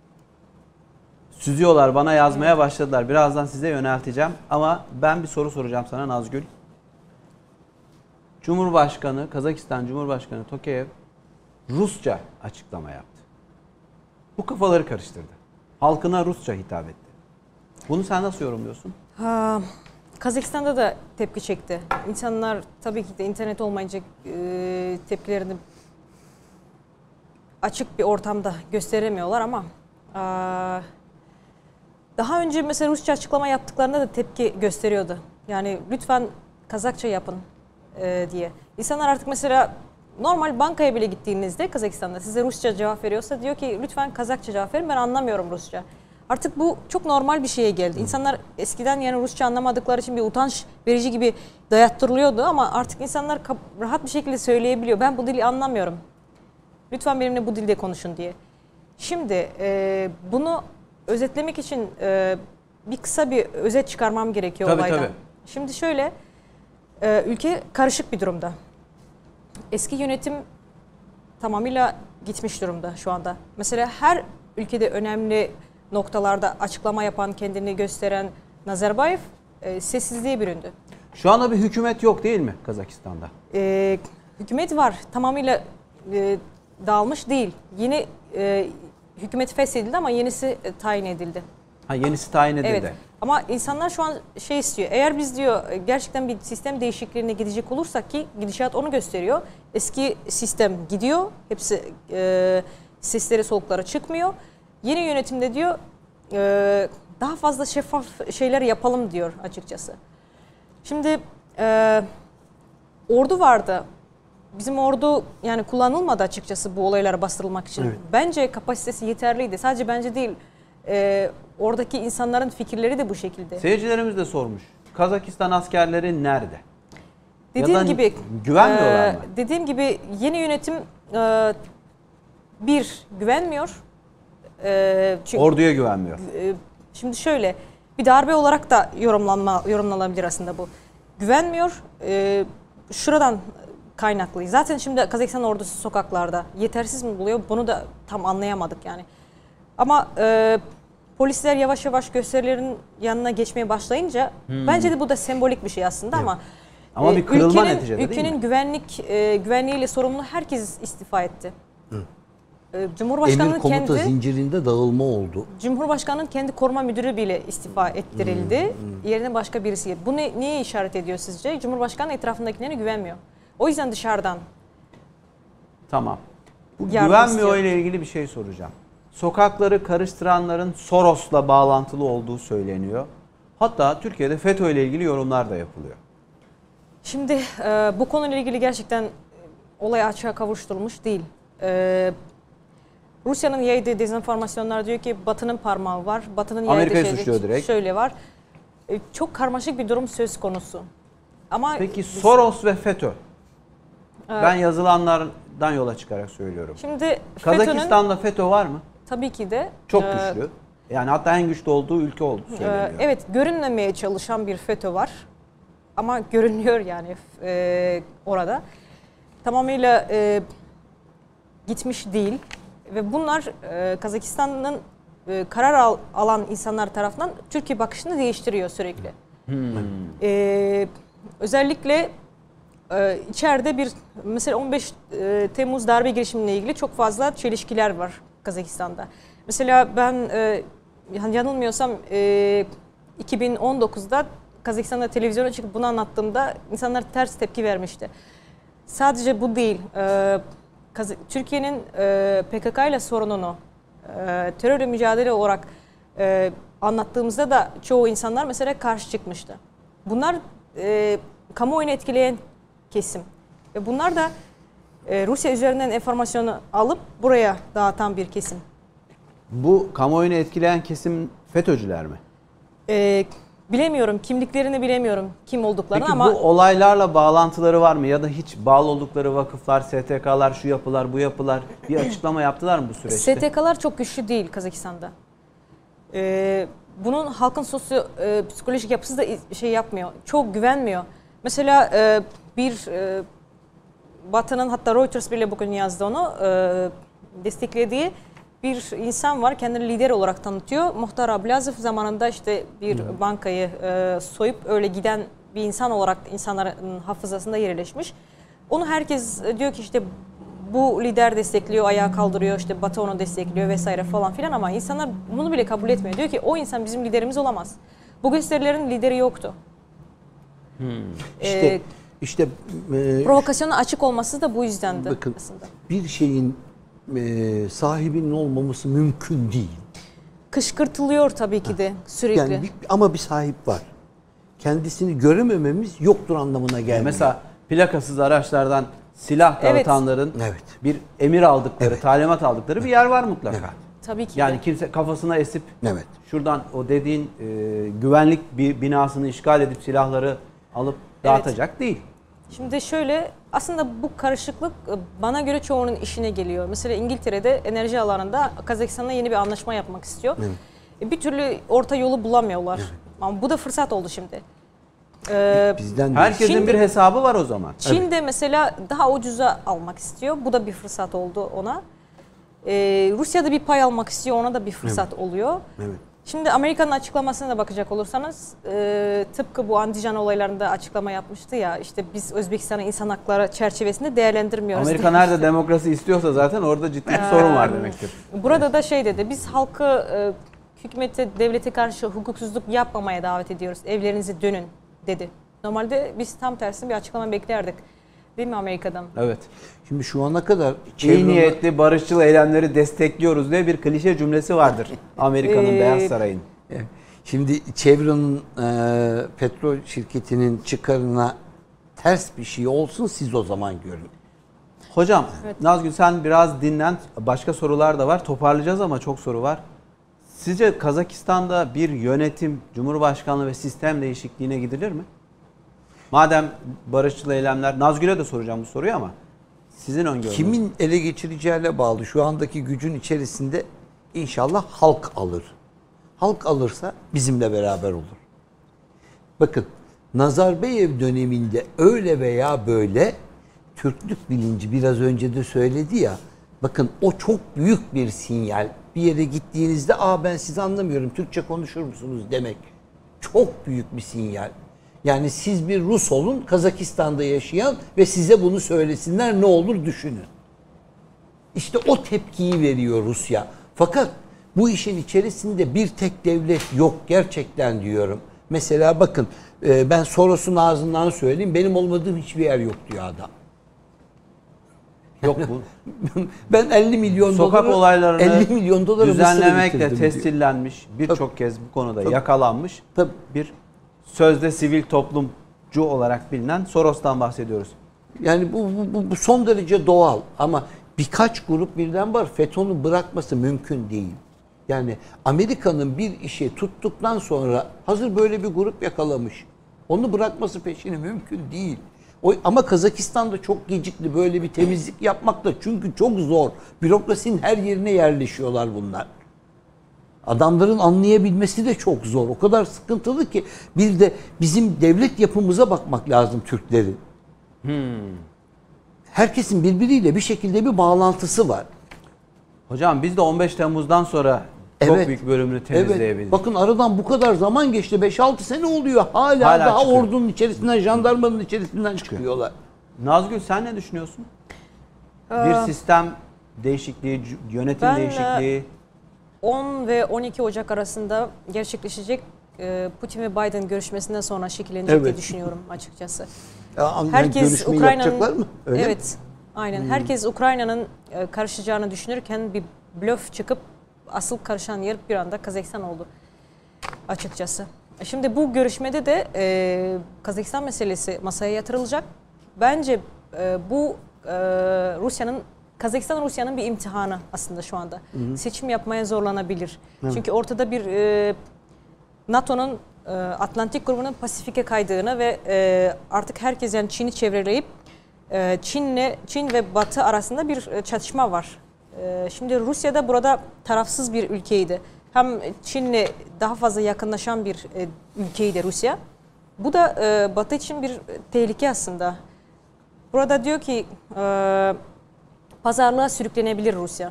süzüyorlar, bana yazmaya başladılar. Birazdan size yönelteceğim. Ama ben bir soru soracağım sana Nazgül. Cumhurbaşkanı, Kazakistan Cumhurbaşkanı Tokayev Rusça açıklama yaptı. Bu kafaları karıştırdı. Halkına Rusça hitap etti. Bunu sen nasıl yorumluyorsun? Ha, Kazakistan'da da tepki çekti. İnsanlar tabii ki de internet olmayınca e, tepkilerini açık bir ortamda gösteremiyorlar ama e, daha önce mesela Rusça açıklama yaptıklarında da tepki gösteriyordu. Yani lütfen Kazakça yapın e, diye. İnsanlar artık mesela normal bankaya bile gittiğinizde Kazakistan'da size Rusça cevap veriyorsa diyor ki lütfen Kazakça cevap verin, ben anlamıyorum Rusça. Artık bu çok normal bir şeye geldi. İnsanlar eskiden yani Rusça anlamadıkları için bir utanç verici gibi dayattırılıyordu ama artık insanlar rahat bir şekilde söyleyebiliyor. Ben bu dili anlamıyorum. Lütfen benimle bu dilde konuşun diye. Şimdi e, bunu özetlemek için e, bir kısa bir özet çıkarmam gerekiyor Tabii, olaydan. tabii. Şimdi şöyle, e, ülke karışık bir durumda. Eski yönetim tamamıyla gitmiş durumda şu anda. Mesela her ülkede önemli noktalarda açıklama yapan, kendini gösteren Nazarbayev e, sessizliğe büründü. Şu anda bir hükümet yok değil mi Kazakistan'da? E, hükümet var, tamamıyla e, dağılmış değil. Yeni e, hükümet feshedildi ama yenisi e, tayin edildi. Ha, yenisi tayin edildi. Evet. Ama insanlar şu an şey istiyor. Eğer biz diyor gerçekten bir sistem değişikliğine gidecek olursak ki gidişat onu gösteriyor. Eski sistem gidiyor. Hepsi e, sesleri solukları çıkmıyor. Yeni yönetimde diyor e, daha fazla şeffaf şeyler yapalım diyor açıkçası. Şimdi e, ordu vardı. Bizim ordu yani kullanılmadı açıkçası bu olaylara bastırılmak için. Evet. Bence kapasitesi yeterliydi. Sadece bence değil. E, oradaki insanların fikirleri de bu şekilde. Seyircilerimiz de sormuş. Kazakistan askerleri nerede? Dediğim Ya da gibi güvenmiyorlar e, mı? Dediğim gibi yeni yönetim e, bir güvenmiyor. E, çünkü Orduya güvenmiyor. e, şimdi şöyle bir darbe olarak da yorumlanma yorumlanabilir aslında bu. Güvenmiyor. E, şuradan kaynaklı. Zaten şimdi Kazakistan ordusu sokaklarda yetersiz mi buluyor? Bunu da tam anlayamadık yani. Ama e, polisler yavaş yavaş gösterilerin yanına geçmeye başlayınca Hmm. bence de bu da sembolik bir şey aslında ama Ama e, bir kırılma ülkenin, neticede değil ülkenin mi? güvenlik e, güvenliğiyle sorumlu herkes istifa etti. E, Cumhurbaşkanının Emir komuta kendi zincirinde dağılma oldu. Cumhurbaşkanının kendi koruma müdürü bile istifa ettirildi. Yerine başka birisi. Bu ne, neye işaret ediyor sizce? Cumhurbaşkanı etrafındakilerine güvenmiyor. O yüzden dışarıdan Tamam. Bu yardım güvenmiyor istiyor. ile ilgili bir şey soracağım. Sokakları karıştıranların Soros'la bağlantılı olduğu söyleniyor. Hatta Türkiye'de FETÖ ile ilgili yorumlar da yapılıyor. Şimdi e, bu konuyla ilgili gerçekten olay açığa kavuşturulmuş değil. E, Rusya'nın yaydığı dezenformasyonlar diyor ki Batı'nın parmağı var. Batı'nın Amerika'yı yaydığı suçluyor şeyde direkt. şöyle var. E, çok karmaşık bir durum söz konusu. Ama Peki Soros ve FETÖ. Ben yazılanlardan yola çıkarak söylüyorum. Şimdi Kazakistan'da FETÖ var mı? tabii ki de Çok e, güçlü. Yani hatta en güçlü olduğu ülke olduğu söyleniyor. e, evet, görünmemeye çalışan bir FETÖ var. Ama görünüyor yani e, orada. Tamamıyla e, gitmiş değil. Ve bunlar e, Kazakistan'ın e, karar al, alan insanlar tarafından Türkiye bakışını değiştiriyor sürekli. Hmm. E, özellikle e, içeride bir mesela on beş e, Temmuz darbe girişimiyle ilgili çok fazla çelişkiler var Kazakistan'da. Mesela ben e, yanılmıyorsam e, iki bin on dokuzda Kazakistan'da televizyona çıkıp bunu anlattığımda insanlar ters tepki vermişti. Sadece bu değil. E, Türkiye'nin e, P K K ile sorununu e, terörle mücadele olarak e, anlattığımızda da çoğu insanlar mesela karşı çıkmıştı. Bunlar e, kamuoyunu etkileyen kesim. Ve bunlar da e, Rusya üzerinden enformasyonu alıp buraya dağıtan bir kesim. Bu kamuoyunu etkileyen kesim FETÖ'cüler mi? E, bilemiyorum, kimliklerini bilemiyorum kim olduklarını Peki ama... bu olaylarla bağlantıları var mı? Ya da hiç bağlı oldukları vakıflar, S T K'lar, şu yapılar, bu yapılar bir açıklama yaptılar mı bu süreçte? S T K'lar çok güçlü değil Kazakistan'da. Ee, bunun halkın sosyo e, psikolojik yapısı da şey yapmıyor. Çok güvenmiyor. Mesela e, bir e, Batı'nın, hatta Reuters bile bugün yazdı onu, e, desteklediği bir insan var. Kendini lider olarak tanıtıyor. Muhtar Ablazov zamanında işte bir hmm. bankayı e, soyup öyle giden bir insan olarak insanların hafızasında yerleşmiş. Onu herkes diyor ki işte bu lider destekliyor, ayağa kaldırıyor, işte Batı onu destekliyor vesaire falan filan, ama insanlar bunu bile kabul etmiyor. Diyor ki o insan bizim liderimiz olamaz. Bu gösterilerin lideri yoktu. Hmm. İşte, ee, işte e, provokasyona açık olması da bu yüzdendi bakın, aslında. Bir şeyin e, sahibinin olmaması mümkün değil. Kışkırtılıyor tabii ki de sürekli. Yani bir, ama bir sahip var. Kendisini göremememiz yoktur anlamına gelmiyor. Mesela plakasız araçlardan silah dağıtanların evet. Evet. bir emir aldıkları, evet. talimat aldıkları evet. bir yer var mutlaka. Evet. Tabii ki. Yani de. kimse kafasına esip evet. şuradan o dediğin e, güvenlik bir binasını işgal edip silahları alıp dağıtacak evet. değil. Şimdi şöyle, aslında bu karışıklık bana göre çoğunun işine geliyor. Mesela İngiltere'de enerji alanında Kazakistan'la yeni bir anlaşma yapmak istiyor. Evet. Bir türlü orta yolu bulamıyorlar. Evet. Ama bu da fırsat oldu şimdi. Ee, Bizden Herkesin Çin, bir hesabı var o zaman. Çin evet. de mesela daha ucuza almak istiyor. Bu da bir fırsat oldu ona. Ee, Rusya da bir pay almak istiyor. Ona da bir fırsat evet. oluyor. Evet. Şimdi Amerika'nın açıklamasına da bakacak olursanız e, tıpkı bu Andijan olaylarında açıklama yapmıştı ya, işte biz Özbekistan'ın insan hakları çerçevesinde değerlendirmiyoruz. Amerika demişti. nerede demokrasi istiyorsa zaten orada ciddi bir sorun var demektir. Burada da şey dedi, biz halkı e, hükümete, devlete karşı hukuksuzluk yapmamaya davet ediyoruz. Evlerinize dönün dedi. Normalde biz tam tersine bir açıklama beklerdik. Değil mi Amerika'dan? Evet. Şimdi şu ana kadar iyi niyetli barışçıl eylemleri destekliyoruz diye bir klişe cümlesi vardır Amerika'nın ee, Beyaz Saray'ın. Şimdi Chevron'un e, petrol şirketinin çıkarına ters bir şey olsun, siz o zaman görün. Hocam, evet. Nazgül sen biraz dinlen. Başka sorular da var. Toparlayacağız ama çok soru var. Sizce Kazakistan'da bir yönetim, cumhurbaşkanlığı ve sistem değişikliğine gidilir mi? Madem barışçıl eylemler, Nazgül'e de soracağım bu soruyu ama sizin öngörünüz. Kimin ele geçireceğine bağlı. Şu andaki gücün içerisinde inşallah halk alır. Halk alırsa bizimle beraber olur. Bakın, Nazarbayev döneminde öyle veya böyle Türklük bilinci, biraz önce de söyledi ya, bakın o çok büyük bir sinyal. Bir yere gittiğinizde aa ben sizi anlamıyorum, Türkçe konuşur musunuz demek. Çok büyük bir sinyal. Yani siz bir Rus olun, Kazakistan'da yaşayan ve size bunu söylesinler, ne olur düşünün. İşte o tepkiyi veriyor Rusya. Fakat bu işin içerisinde bir tek devlet yok gerçekten diyorum. Mesela bakın, ben Soros'un ağzından söyleyeyim, benim olmadığım hiçbir yer yok diyor adam. Yok bu. Ben elli milyon sokak doları, olaylarını elli milyon doları düzenlemekle tescillenmiş, birçok kez bu konuda Tabii. yakalanmış. Tabii. Bir sözde sivil toplum olarak bilinen Soros'tan bahsediyoruz. Yani bu, bu, bu son derece doğal ama birkaç grup birden var. FETÖ'nü bırakması mümkün değil. Yani Amerika'nın bir işi tuttuktan sonra hazır böyle bir grup yakalamış. Onu bırakması peşini mümkün değil. O, ama Kazakistan'da çok gecikti böyle bir temizlik yapmakta. Çünkü çok zor. Bürokrasinin her yerine yerleşiyorlar bunlar. Adamların anlayabilmesi de çok zor. O kadar sıkıntılı ki bir de bizim devlet yapımıza bakmak lazım Türklerin. Hmm. Herkesin birbiriyle bir şekilde bir bağlantısı var. Hocam biz de on beş Temmuz'dan sonra çok Evet. büyük bölümünü temizleyebildik. Evet. Bakın aradan bu kadar zaman geçti. beş altı sene oluyor. Hala, Hala daha çıkıyor. ordunun içerisinden, jandarmanın içerisinden çıkıyorlar. Nazgül sen ne düşünüyorsun? Ee, bir sistem değişikliği, yönetim ben, değişikliği. on ve on iki Ocak arasında gerçekleşecek e, Putin ve Biden görüşmesinden sonra şekillenecek Evet. diye düşünüyorum açıkçası. Ya, Herkes görüşmeyi Ukrayna'nın yapacaklar mı? Öyle mi? evet, aynen. Herkes Ukrayna'nın e, karışacağını düşünürken bir blöf çıkıp asıl karışan yer bir anda Kazakistan oldu açıkçası. Şimdi bu görüşmede de e, Kazakistan meselesi masaya yatırılacak. Bence e, bu e, Rusya'nın Kazakistan Rusya'nın bir imtihanı aslında şu anda. Hı hı. Seçim yapmaya zorlanabilir. Hı. Çünkü ortada bir e, NATO'nun e, Atlantik grubunun Pasifik'e kaydığını ve e, artık herkes yani Çin'i çevreleyip e, Çin'le Çin ve Batı arasında bir e, çatışma var. E, şimdi Rusya da burada tarafsız bir ülkeydi. Hem Çin'le daha fazla yakınlaşan bir e, ülkeydi Rusya. Bu da e, Batı için bir tehlike aslında. Burada diyor ki e, pazarlığa sürüklenebilir Rusya.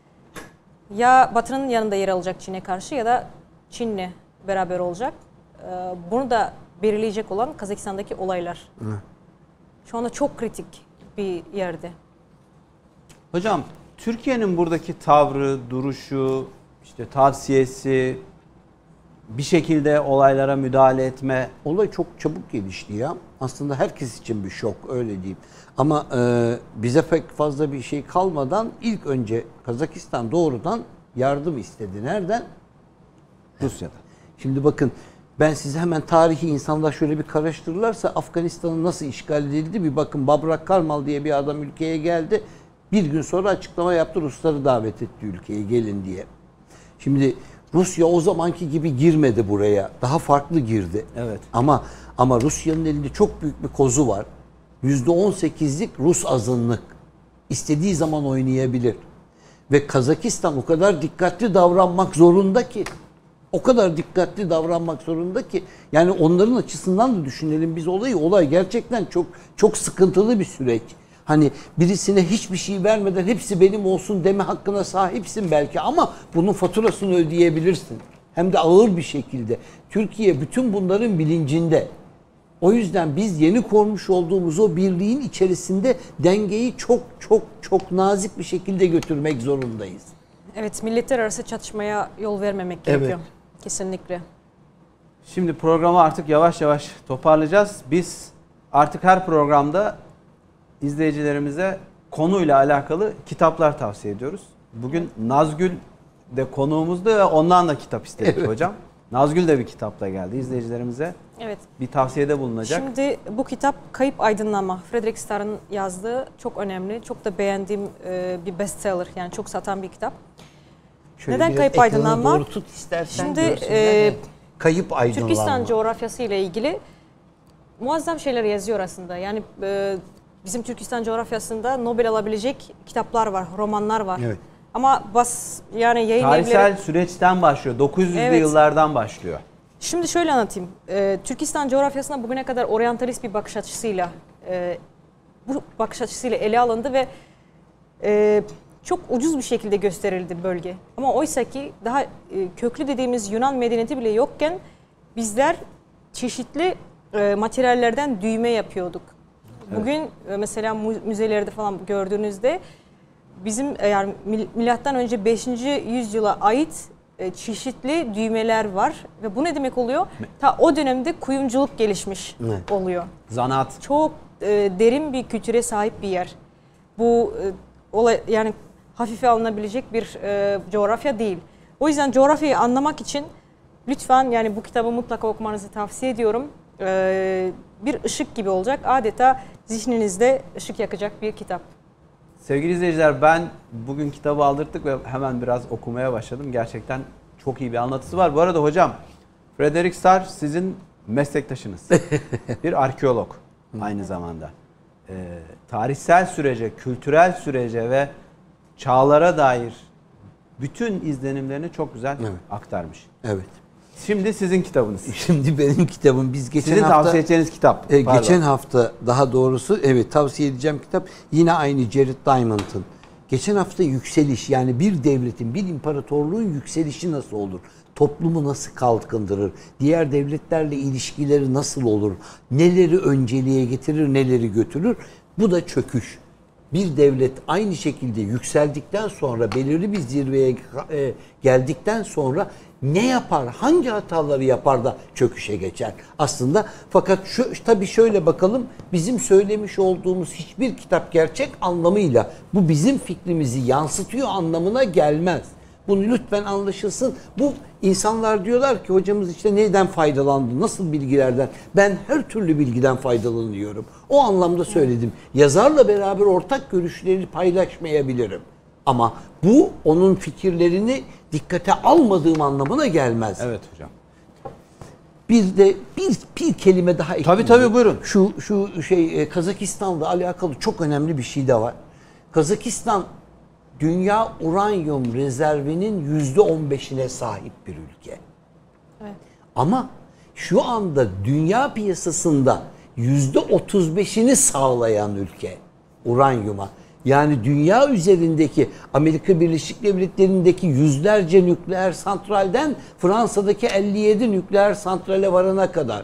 Ya Batı'nın yanında yer alacak Çin'e karşı ya da Çin'le beraber olacak. E, bunu da belirleyecek olan Kazakistan'daki olaylar. Hı. Şu anda çok kritik bir yerde. Hocam Türkiye'nin buradaki tavrı, duruşu, işte tavsiyesi, bir şekilde olaylara müdahale etme. Olay çok çabuk gelişti ya. Aslında herkes için bir şok, öyle diyeyim. Ama e, bize pek fazla bir şey kalmadan ilk önce Kazakistan doğrudan yardım istedi. Nereden? Rusya'dan. Şimdi bakın ben size hemen tarihi insanlar şöyle bir karıştırırlarsa Afganistan'ın nasıl işgal edildi bir bakın. Babrak Karmal diye bir adam ülkeye geldi. Bir gün sonra açıklama yaptı, Rusları davet etti ülkeye gelin diye. Şimdi Rusya o zamanki gibi girmedi buraya. Daha farklı girdi. Evet. Ama ama Rusya'nın elinde çok büyük bir kozu var. yüzde on sekizlik Rus azınlık. İstediği zaman oynayabilir. Ve Kazakistan o kadar dikkatli davranmak zorunda ki o kadar dikkatli davranmak zorunda ki yani onların açısından da düşünelim biz olayı. Olay gerçekten çok çok sıkıntılı bir süreç. Hani birisine hiçbir şey vermeden hepsi benim olsun deme hakkına sahipsin belki ama bunun faturasını ödeyebilirsin. Hem de ağır bir şekilde. Türkiye bütün bunların bilincinde. O yüzden biz yeni kurmuş olduğumuz o birliğin içerisinde dengeyi çok çok çok nazik bir şekilde götürmek zorundayız. Evet, milletler arası çatışmaya yol vermemek gerekiyor. Evet. Kesinlikle. Şimdi programı artık yavaş yavaş toparlayacağız. Biz artık her programda izleyicilerimize konuyla alakalı kitaplar tavsiye ediyoruz. Bugün Nazgül de konuğumuzdu ve ondan da kitap istedik evet. hocam. Nazgül de bir kitapla geldi izleyicilerimize. Evet. Bir tavsiyede bulunacak. Şimdi bu kitap Kayıp Aydınlanma. Frederick Starr'ın yazdığı çok önemli, çok da beğendiğim bir bestseller. Yani çok satan bir kitap. Şöyle neden Kayıp Aydınlanma? Doğru tut istersen. Şimdi e, Kayıp Aydınlanma. Türkistan coğrafyası ile ilgili muazzam şeyler yazıyor aslında. Yani e, bizim Türkistan coğrafyasında Nobel alabilecek kitaplar var, romanlar var. Evet. Ama bas yani yayın tarihsel evleri... süreçten başlıyor. dokuz yüzlü evet. yıllardan başlıyor. Şimdi şöyle anlatayım. Ee, Türkistan coğrafyasına bugüne kadar oryantalist bir bakış açısıyla e, bu bakış açısıyla ele alındı ve e, çok ucuz bir şekilde gösterildi bölge. Ama oysa ki daha e, köklü dediğimiz Yunan medeniyeti bile yokken bizler çeşitli e, materyallerden düğme yapıyorduk. Bugün evet. mesela müzelerde falan gördüğünüzde bizim yani milattan önce beşinci yüzyıla ait çeşitli düğmeler var ve bu ne demek oluyor? Ta o dönemde kuyumculuk gelişmiş evet. oluyor. Zanaat. Çok e, derin bir kültüre sahip bir yer. Bu e, olay yani hafife alınabilecek bir e, coğrafya değil. O yüzden coğrafyayı anlamak için lütfen yani bu kitabı mutlaka okumanızı tavsiye ediyorum. E, bir ışık gibi olacak. Adeta zihninizde ışık yakacak bir kitap. Sevgili izleyiciler, ben bugün kitabı aldırdık ve hemen biraz okumaya başladım. Gerçekten çok iyi bir anlatısı var. Bu arada hocam, Frederick Starr sizin meslektaşınız. Bir arkeolog aynı zamanda. Ee, tarihsel sürece, kültürel sürece ve çağlara dair bütün izlenimlerini çok güzel Evet. aktarmış. Evet. Şimdi sizin kitabınız. Şimdi benim kitabım. Biz geçen Sizin hafta tavsiye edeceğiniz kitap. e, Pardon. geçen hafta daha doğrusu evet tavsiye edeceğim kitap yine aynı Jared Diamond'ın. Geçen hafta yükseliş, yani bir devletin, bir imparatorluğun yükselişi nasıl olur? Toplumu nasıl kalkındırır? Diğer devletlerle ilişkileri nasıl olur? Neleri önceliğe getirir, neleri götürür? Bu da çöküş. Bir devlet aynı şekilde yükseldikten sonra, belirli bir zirveye e, geldikten sonra ne yapar, hangi hataları yapar da çöküşe geçer aslında. Fakat şu, tabii şöyle bakalım, bizim söylemiş olduğumuz hiçbir kitap gerçek anlamıyla bu bizim fikrimizi yansıtıyor anlamına gelmez. Bunu lütfen anlaşılsın. Bu insanlar diyorlar ki hocamız işte neyden faydalandı, nasıl bilgilerden? Ben her türlü bilgiden faydalanıyorum. O anlamda söyledim. Yazarla beraber ortak görüşleri paylaşmayabilirim. Ama bu onun fikirlerini dikkate almadığım anlamına gelmez. Evet hocam. Bir de bir, bir kelime daha ekleyeyim. Tabii tabii, buyurun. Şu şu şey Kazakistan'la alakalı çok önemli bir şey de var. Kazakistan dünya uranyum rezervinin yüzde on beşine sahip bir ülke. Evet. Ama şu anda dünya piyasasında yüzde otuz beşini sağlayan ülke uranyuma. Yani dünya üzerindeki Amerika Birleşik Devletleri'ndeki yüzlerce nükleer santralden Fransa'daki elli yedi nükleer santrale varana kadar,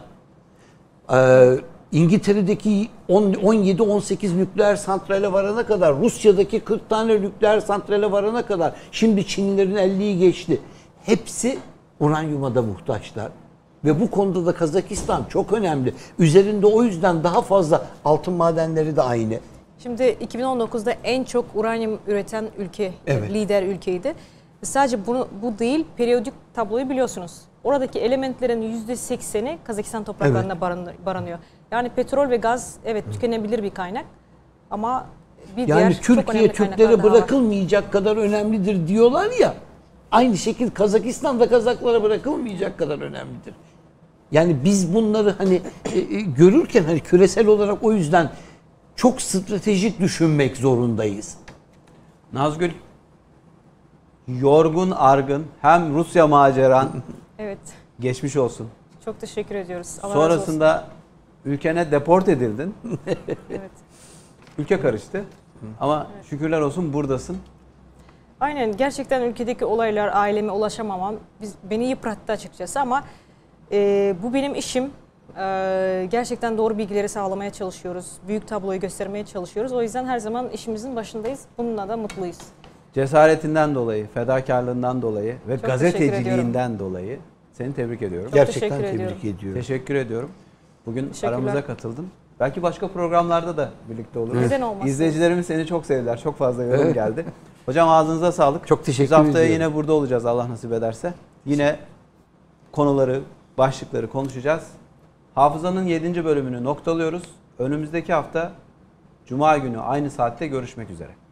Ee, İngiltere'deki on yedi on sekiz nükleer santrale varana kadar, Rusya'daki kırk tane nükleer santrale varana kadar, şimdi Çinlilerin elliyi geçti. Hepsi uranyuma da muhtaçlar. Ve bu konuda da Kazakistan çok önemli. Üzerinde o yüzden daha fazla altın madenleri de aynı. Şimdi iki bin on dokuzda en çok uranyum üreten ülke, Evet. lider ülkeydi. Sadece bunu, bu değil, periyodik tabloyu biliyorsunuz. Oradaki elementlerin yüzde sekseni Kazakistan topraklarında Evet. barın- barınıyor. Yani petrol ve gaz evet tükenebilir bir kaynak ama bir Yani diğer çok Türkiye önemli kaynaklar Türklere daha var. bırakılmayacak kadar önemlidir diyorlar ya. Aynı şekilde Kazakistan da Kazaklara bırakılmayacak kadar önemlidir. Yani biz bunları hani e, e, görürken hani küresel olarak o yüzden çok stratejik düşünmek zorundayız. Nazgül, yorgun argın, hem Rusya maceran Evet, geçmiş olsun. çok teşekkür ediyoruz. Allah razı olsun. Sonrasında ülkene deport edildin. Evet. Ülke karıştı. Ama şükürler olsun buradasın. Aynen, gerçekten ülkedeki olaylar, aileme ulaşamamam biz, beni yıprattı açıkçası ama e, bu benim işim. E, gerçekten doğru bilgileri sağlamaya çalışıyoruz. Büyük tabloyu göstermeye çalışıyoruz. O yüzden her zaman işimizin başındayız. Bununla da mutluyuz. Cesaretinden dolayı, fedakarlığından dolayı ve Çok gazeteciliğinden dolayı seni tebrik ediyorum. Gerçekten teşekkür tebrik ediyorum. ediyorum. Teşekkür ediyorum. Bugün Teşekkürler. aramıza katıldın. Belki başka programlarda da birlikte oluruz. Neden olmasın? İzleyicilerimiz seni çok sevdiler. Çok fazla yorum geldi. Hocam ağzınıza sağlık. Çok teşekkür Biz haftaya ediyorum. yine burada olacağız Allah nasip ederse. Yine konuları, başlıkları konuşacağız. Hafızanın yedinci bölümünü noktalıyoruz. Önümüzdeki hafta Cuma günü aynı saatte görüşmek üzere.